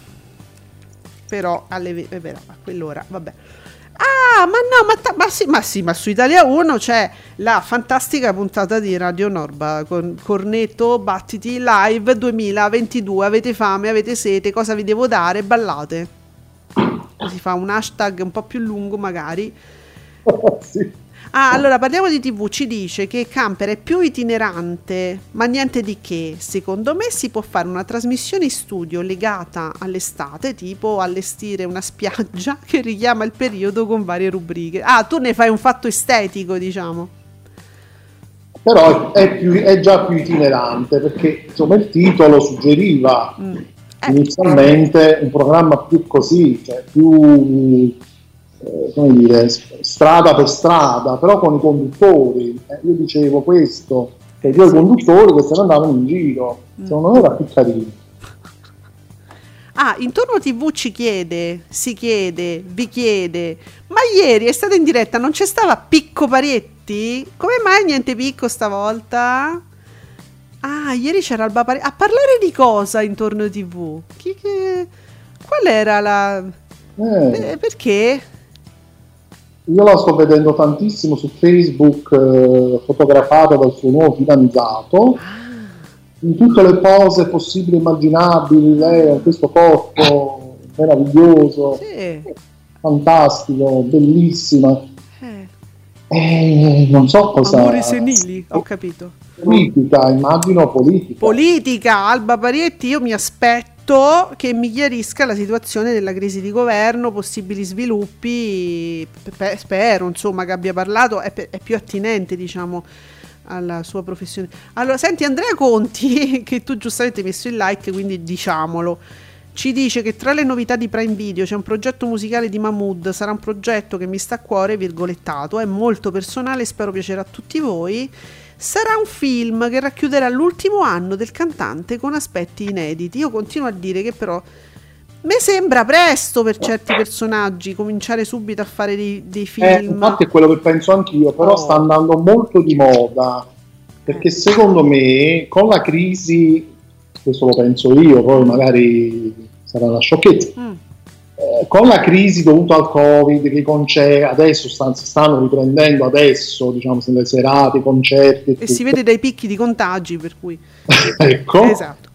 D: però alle ve- eh, però, a quell'ora vabbè. Ah, ma no, ma, ta- ma, sì, ma sì, ma su Italia uno c'è la fantastica puntata di Radio Norba con Cornetto, Battiti Live duemilaventidue, avete fame, avete sete, cosa vi devo dare? Ballate. Si fa un hashtag un po' più lungo magari.
E: Sì.
D: Ah, allora parliamo di tivù, ci dice che Camper è più itinerante, ma niente di che. Secondo me si può fare una trasmissione in studio legata all'estate, tipo allestire una spiaggia che richiama il periodo con varie rubriche. Ah, tu ne fai un fatto estetico, diciamo.
E: Però è, più, è già più itinerante perché insomma il titolo suggeriva
D: Mm. Eh,
E: inizialmente un programma più così, cioè più eh, come dire, strada per strada, però con i conduttori. Eh, io dicevo questo, che i due conduttori che se ne andavano in giro, secondo me era più carino.
D: Ah, Intorno tivù ci chiede, si chiede, vi chiede, ma ieri è stata in diretta, non c'è stava Picco Parietti? Come mai niente Picco stavolta? Ah, ieri c'era Alba Parietti. A parlare di cosa Intorno tivù? Chi che... Qual era la...
E: Eh,
D: Eh, perché?
E: io la sto vedendo tantissimo su Facebook, eh, fotografata dal suo nuovo fidanzato, in tutte le pose possibili e immaginabili, lei ha questo corpo meraviglioso,
D: Sì.
E: fantastico, bellissima.
D: Eh.
E: Eh, non so cosa...
D: Amori senili, ho capito.
E: Politica, immagino politica.
D: Politica, Alba Parietti, io mi aspetto che mi chiarisca la situazione della crisi di governo, possibili sviluppi, pe- spero insomma che abbia parlato, è, pe- è più attinente diciamo alla sua professione. Allora, senti Andrea Conti, che tu giustamente hai messo il like, quindi diciamolo, ci dice che tra le novità di Prime Video c'è un progetto musicale di Mahmood, sarà un progetto che mi sta a cuore, virgolettato, è molto personale, spero piacerà a tutti voi. Sarà un film che racchiuderà l'ultimo anno del cantante con aspetti inediti. Io continuo a dire che però mi sembra presto per certi personaggi cominciare subito a fare dei, dei film.
E: Eh, infatti è quello che penso anch'io, però
D: Oh.
E: sta andando molto di moda, perché secondo me con la crisi, questo lo penso io, poi magari sarà una sciocchezza,
D: Mm.
E: eh, con la crisi dovuta al Covid, che i concerti adesso stanno, si stanno riprendendo adesso, diciamo, le serate, i concerti
D: E si vede dai picchi di contagi, per cui
E: ecco.
D: esatto.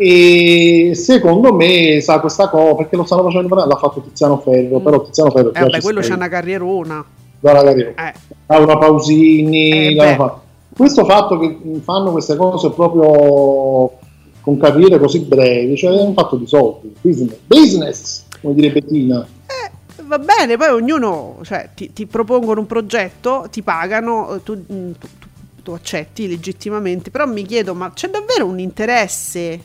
E: E secondo me sa questa cosa, perché lo stanno facendo, l'ha fatto Tiziano Ferro,
D: Mm.
E: però Tiziano Ferro
D: Eh, vabbè, quello c'è una carrierona.
E: una
D: Eh.
E: Laura Pausini,
D: Eh,
E: la-
D: beh.
E: fa- questo fatto che fanno queste cose proprio con carriere così brevi, cioè è un fatto di soldi, business, business come direbbe Tina.
D: Eh, va bene, poi ognuno, cioè, ti, ti propongono un progetto, ti pagano, tu, tu, tu, tu accetti legittimamente, però mi chiedo, ma c'è davvero un interesse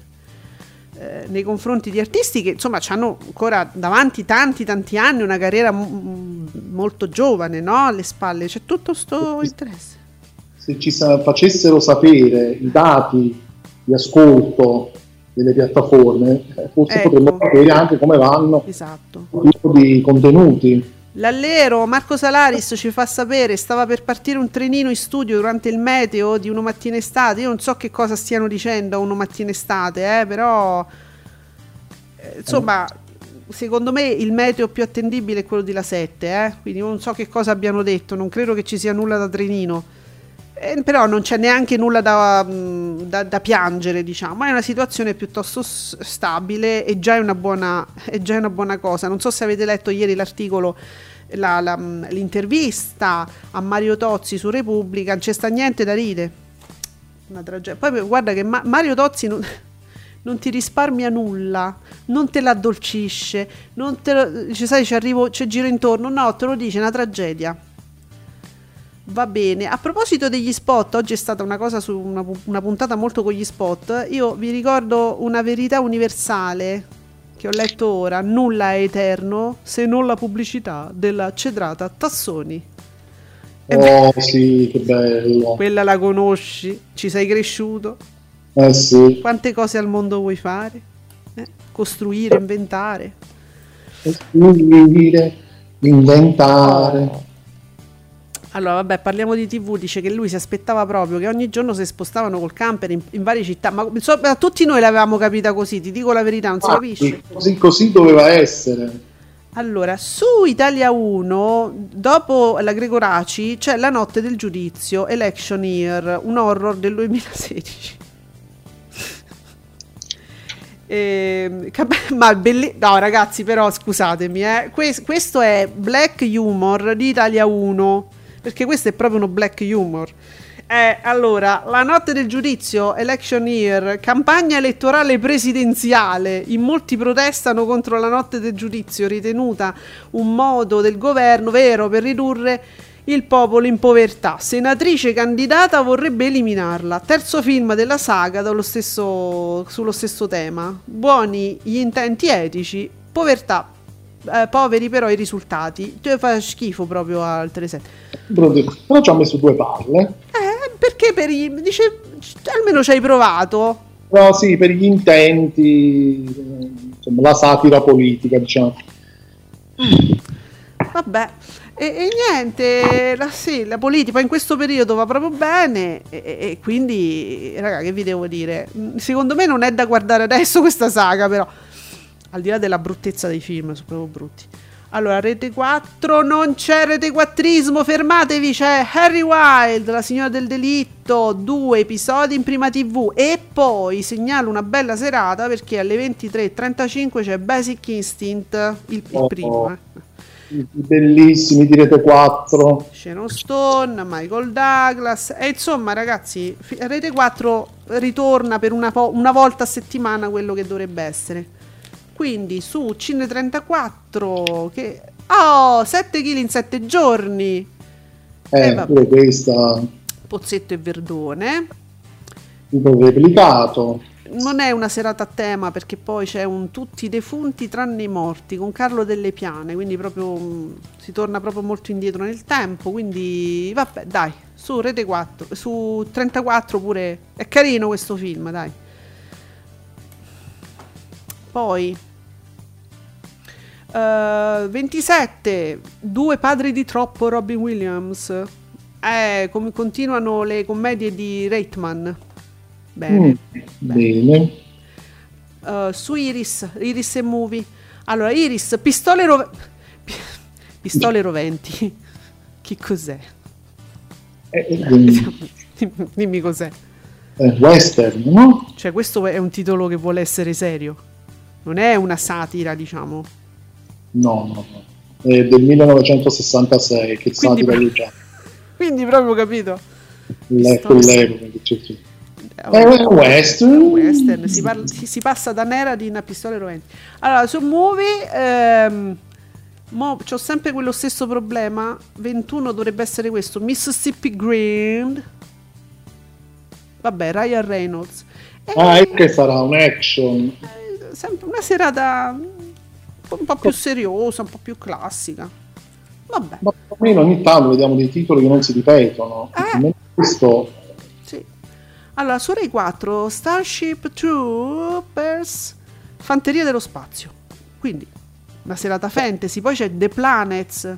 D: eh, nei confronti di artisti che insomma hanno ancora davanti tanti tanti anni, una carriera m- molto giovane, no? Alle spalle, c'è tutto sto interesse.
E: Se ci sa- facessero sapere i dati di ascolto delle piattaforme, eh, forse
D: Ecco.
E: potremmo sapere anche come vanno
D: Esatto.
E: il tipo di contenuti.
D: L'allero Marco Salaris ci fa sapere, stava per partire un trenino in studio durante il meteo di Uno Mattina Estate. Io non so che cosa stiano dicendo a Uno Mattina Estate, eh, però eh, insomma secondo me il meteo più attendibile è quello di La sette, eh? Quindi non so che cosa abbiano detto, non credo che ci sia nulla da trenino. Eh, però non c'è neanche nulla da, mh, da, da piangere, diciamo, è una situazione piuttosto s- stabile e già è una buona, è già una buona cosa. Non so se avete letto ieri l'articolo, la, la, mh, l'intervista a Mario Tozzi su Repubblica, non c'è sta niente da ridere, una tragedia. Poi guarda che Ma- Mario Tozzi non, non ti risparmia nulla, non te l'addolcisce, non te lo, dice, sai, ci arrivo, ci giro intorno, no, te lo dice, è una tragedia. Va bene, a proposito degli spot, oggi è stata una cosa su una, una puntata molto con gli spot. Io vi ricordo una verità universale che ho letto ora: nulla è eterno se non la pubblicità della cedrata Tassoni.
E: Oh sì, che bello.
D: Quella la conosci, ci sei cresciuto.
E: Eh sì.
D: Quante cose al mondo vuoi fare? Eh? Costruire, inventare.
E: Costruire, inventare.
D: Oh. Allora, vabbè, parliamo di tivù. Dice che lui si aspettava proprio che ogni giorno si spostavano col camper in, in varie città. Ma insomma, tutti noi l'avevamo capita così, ti dico la verità, non si
E: Ah,
D: capisce.
E: Così, così doveva essere.
D: Allora, su Italia uno, dopo la Gregoraci, c'è La notte del giudizio, Election Year, un horror del duemilasedici. Eh, ma belli- no ragazzi, però scusatemi, eh. que- questo è black humor di Italia uno, perché questo è proprio uno black humor. Eh, allora, La notte del giudizio, Election Year, campagna elettorale presidenziale, in molti protestano contro la notte del giudizio, ritenuta un modo del governo vero per ridurre il popolo in povertà. Senatrice candidata vorrebbe eliminarla. Terzo film della saga dallo stesso, sullo stesso tema. Buoni gli intenti etici, povertà, eh, poveri però i risultati. Cioè, fa schifo proprio al Telesette.
E: Però ci ha messo due palle.
D: Eh, perché per i, dice, almeno ci hai provato.
E: No, sì, per gli intenti, insomma, la satira politica, diciamo.
D: Mm. Vabbè. E, e niente, la, sì, la politica in questo periodo va proprio bene e, e quindi, raga, che vi devo dire? Secondo me non è da guardare adesso questa saga, però, al di là della bruttezza dei film, sono proprio brutti. Allora, Rete quattro, non c'è retequattrismo, fermatevi, c'è Harry Wild, La signora del delitto, due episodi in prima tivù, e poi segnalo una bella serata perché alle ventitré e trentacinque c'è Basic Instinct, il, il
E: Oh,
D: primo, eh.
E: i bellissimi di Rete quattro.
D: Sharon Stone, Michael Douglas, e insomma ragazzi, fi- Rete quattro ritorna per una, po- una volta a settimana quello che dovrebbe essere. Quindi su Cine trentaquattro, che oh, sette chili in sette giorni.
E: Eh,
D: Eh, vabbè.
E: pure questa,
D: Pozzetto e Verdone.
E: tipo replicato.
D: Non è una serata a tema perché poi c'è un tutti i defunti tranne i morti con Carlo Delle Piane, quindi proprio mh, si torna proprio molto indietro nel tempo, quindi vabbè, dai, su Rete quattro, su trentaquattro pure è carino questo film, dai. Poi Uh, ventisette, Due padri di troppo, Robin Williams. Eh, come continuano le commedie di Reitman. Bene,
E: Mm, bene.
D: Uh, su Iris, Iris e Movie. Allora, Iris, pistole, rove- pistole roventi. Che cos'è?
E: Eh, eh,
D: Dimmi cos'è.
E: eh, western, no?
D: Cioè, questo è un titolo che vuole essere serio. Non è una satira, diciamo.
E: No, no, no. È del millenovecentosessantasei, che
D: Quindi
E: satira
D: pro-
E: di già.
D: Quindi proprio capito.
E: Le-
D: Pistole-
E: quell'epoca che c'è qui.
D: Eh,
E: Eh, western.
D: Western, si, parla- si, si passa da Neradin a pistole roventi. Allora, su Movie, ehm, mo c'ho sempre quello stesso problema. ventuno dovrebbe essere questo, Mississippi Grind. Vabbè, Ryan Reynolds. E,
E: Ah, e che sarà un action.
D: eh, sempre una serata un po' più seriosa, un po' più classica. Vabbè,
E: Ma almeno ogni tanto vediamo dei titoli che non si ripetono.
D: Eh.
E: Almeno questo,
D: sì. Allora, su Rai quattro, Starship Troopers, Fanteria dello Spazio. Quindi, una serata fantasy. Poi c'è The Planets.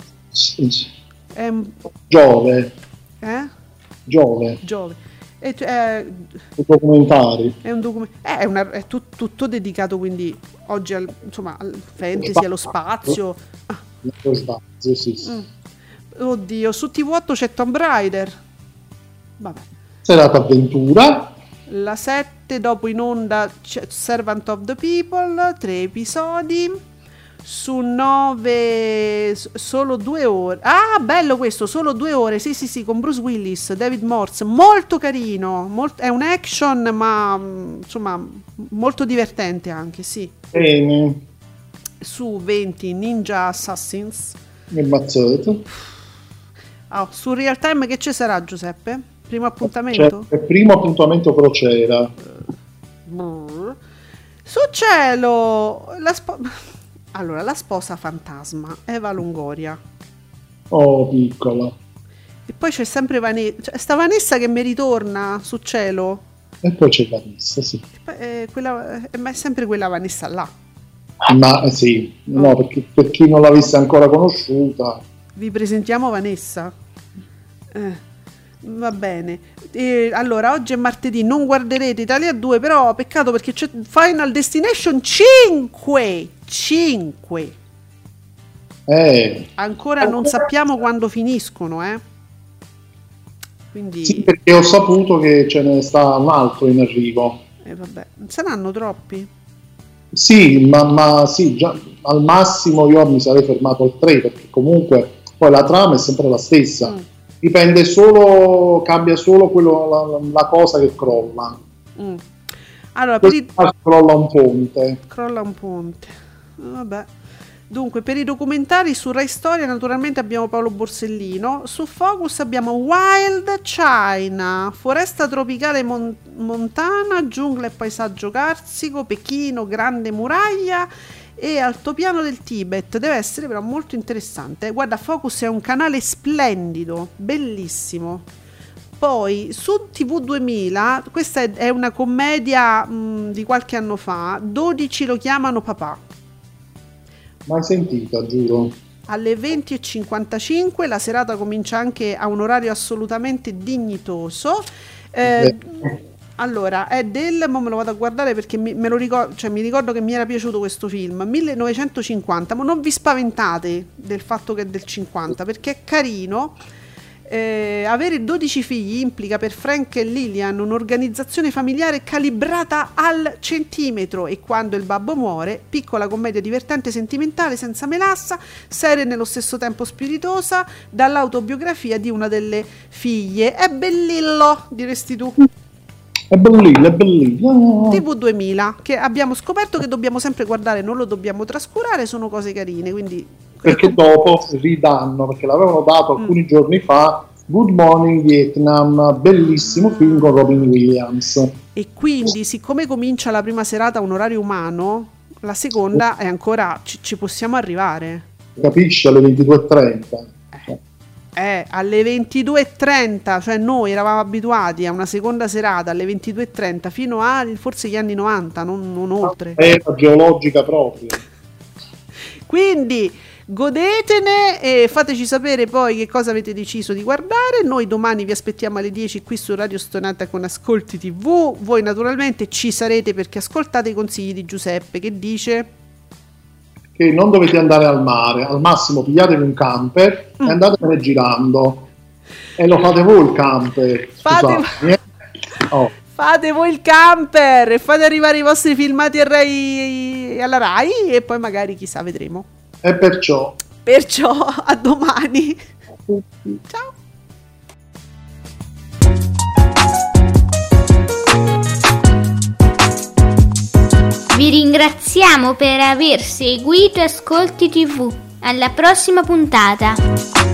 D: Ehm,
E: Giove,
D: eh?
E: Giove,
D: Giove. E, è,
E: i documentari.
D: è un documento. È, una- è tut- tutto dedicato quindi oggi al, insomma, al fantasy, allo spazio. Ah,
E: Lo spazio, sì, sì.
D: mm. Oddio, su T V otto c'è Tomb Raider. Vabbè.
E: Serata avventura.
D: La sette, dopo in onda c'è Servant of the People, tre episodi. Su nove solo due ore. Ah, bello questo, solo due ore. Sì, sì, sì, con Bruce Willis, David Morse, molto carino, molt- è un action, ma mm, insomma, molto divertente anche, sì.
E: Bene,
D: Su venti Ninja Assassins.
E: il mazzetto.
D: Ah, su Real Time che ci sarà, Giuseppe? Primo appuntamento?
E: C'è il primo appuntamento crociera.
D: Brrr. Su Cielo, la spo- allora, la sposa fantasma, Eva Longoria.
E: Oh, piccola.
D: E poi c'è sempre Vanessa, cioè, sta Vanessa che mi ritorna su Cielo.
E: E poi c'è Vanessa, sì.
D: E poi, eh, quella, eh, ma è sempre quella Vanessa là.
E: Ma eh, sì, no, perché per chi non l'avesse ancora conosciuta,
D: Vi presentiamo Vanessa. Eh, va bene. E, allora, oggi è martedì, non guarderete Italia due, però peccato perché c'è Final Destination cinque. cinque.
E: eh,
D: Ancora non sappiamo quando finiscono, eh. Quindi,
E: sì, perché ho saputo che ce ne sta un altro in arrivo.
D: eh, vabbè, non saranno troppi.
E: Sì, ma, ma sì, già al massimo io mi sarei fermato al tre, perché comunque poi la trama è sempre la stessa.
D: Mm.
E: Dipende solo, cambia solo quello, la, la cosa che crolla.
D: Mm. Allora, per i...
E: Questo crolla un ponte.
D: crolla un ponte. Vabbè. Dunque, per i documentari su Rai Storia naturalmente abbiamo Paolo Borsellino, su Focus abbiamo Wild China, foresta tropicale mon- montana, giungla e paesaggio carsico, Pechino, grande muraglia e altopiano del Tibet. Deve essere però molto interessante. Guarda, Focus è un canale splendido, bellissimo. Poi su T V duemila, questa è, è una commedia mh, di qualche anno fa, dodici lo chiamano papà.
E: Mai sentita, giuro.
D: Alle venti e cinquantacinque la serata comincia anche a un orario assolutamente dignitoso. Eh, Allora, è del, mo me lo vado a guardare perché mi, me lo ricordo, cioè mi ricordo che mi era piaciuto questo film, millenovecentocinquanta, ma non vi spaventate del fatto che è del cinquanta, perché è carino. Eh, avere dodici figli implica per Frank e Lillian un'organizzazione familiare calibrata al centimetro, e quando il babbo muore, piccola commedia divertente, sentimentale, senza melassa, seria e nello stesso tempo spiritosa, dall'autobiografia di una delle figlie. È bellillo, diresti tu.
E: È bellino, è bellino.
D: T V duemila, che abbiamo scoperto che dobbiamo sempre guardare, non lo dobbiamo trascurare, sono cose carine, quindi...
E: Perché dopo ridanno, perché l'avevano dato alcuni mm. giorni fa, Good Morning Vietnam, bellissimo film con Robin Williams.
D: E quindi, siccome comincia la prima serata a un orario umano, la seconda è ancora, ci, ci possiamo arrivare.
E: Capisci, alle ventidue e trenta.
D: Eh, alle ventidue e trenta, cioè noi eravamo abituati a una seconda serata alle ventidue e trenta fino a forse gli anni novanta, non, non oltre.
E: Era geologica proprio.
D: Quindi godetene e fateci sapere poi che cosa avete deciso di guardare. Noi domani vi aspettiamo alle dieci qui su Radio Stonata con Ascolti tivù. Voi naturalmente ci sarete perché ascoltate i consigli di Giuseppe, che dice...
E: che non dovete andare al mare, al massimo pigliatevi un camper mm. e andatevene girando, e lo fate voi il camper.
D: Fate,
E: eh? oh. fate
D: voi il camper e fate arrivare i vostri filmati a Rai, alla Rai, e poi magari chissà, vedremo.
E: E perciò
D: perciò a domani. Ciao.
C: Vi ringraziamo per aver seguito Ascolti tivù. Alla prossima puntata.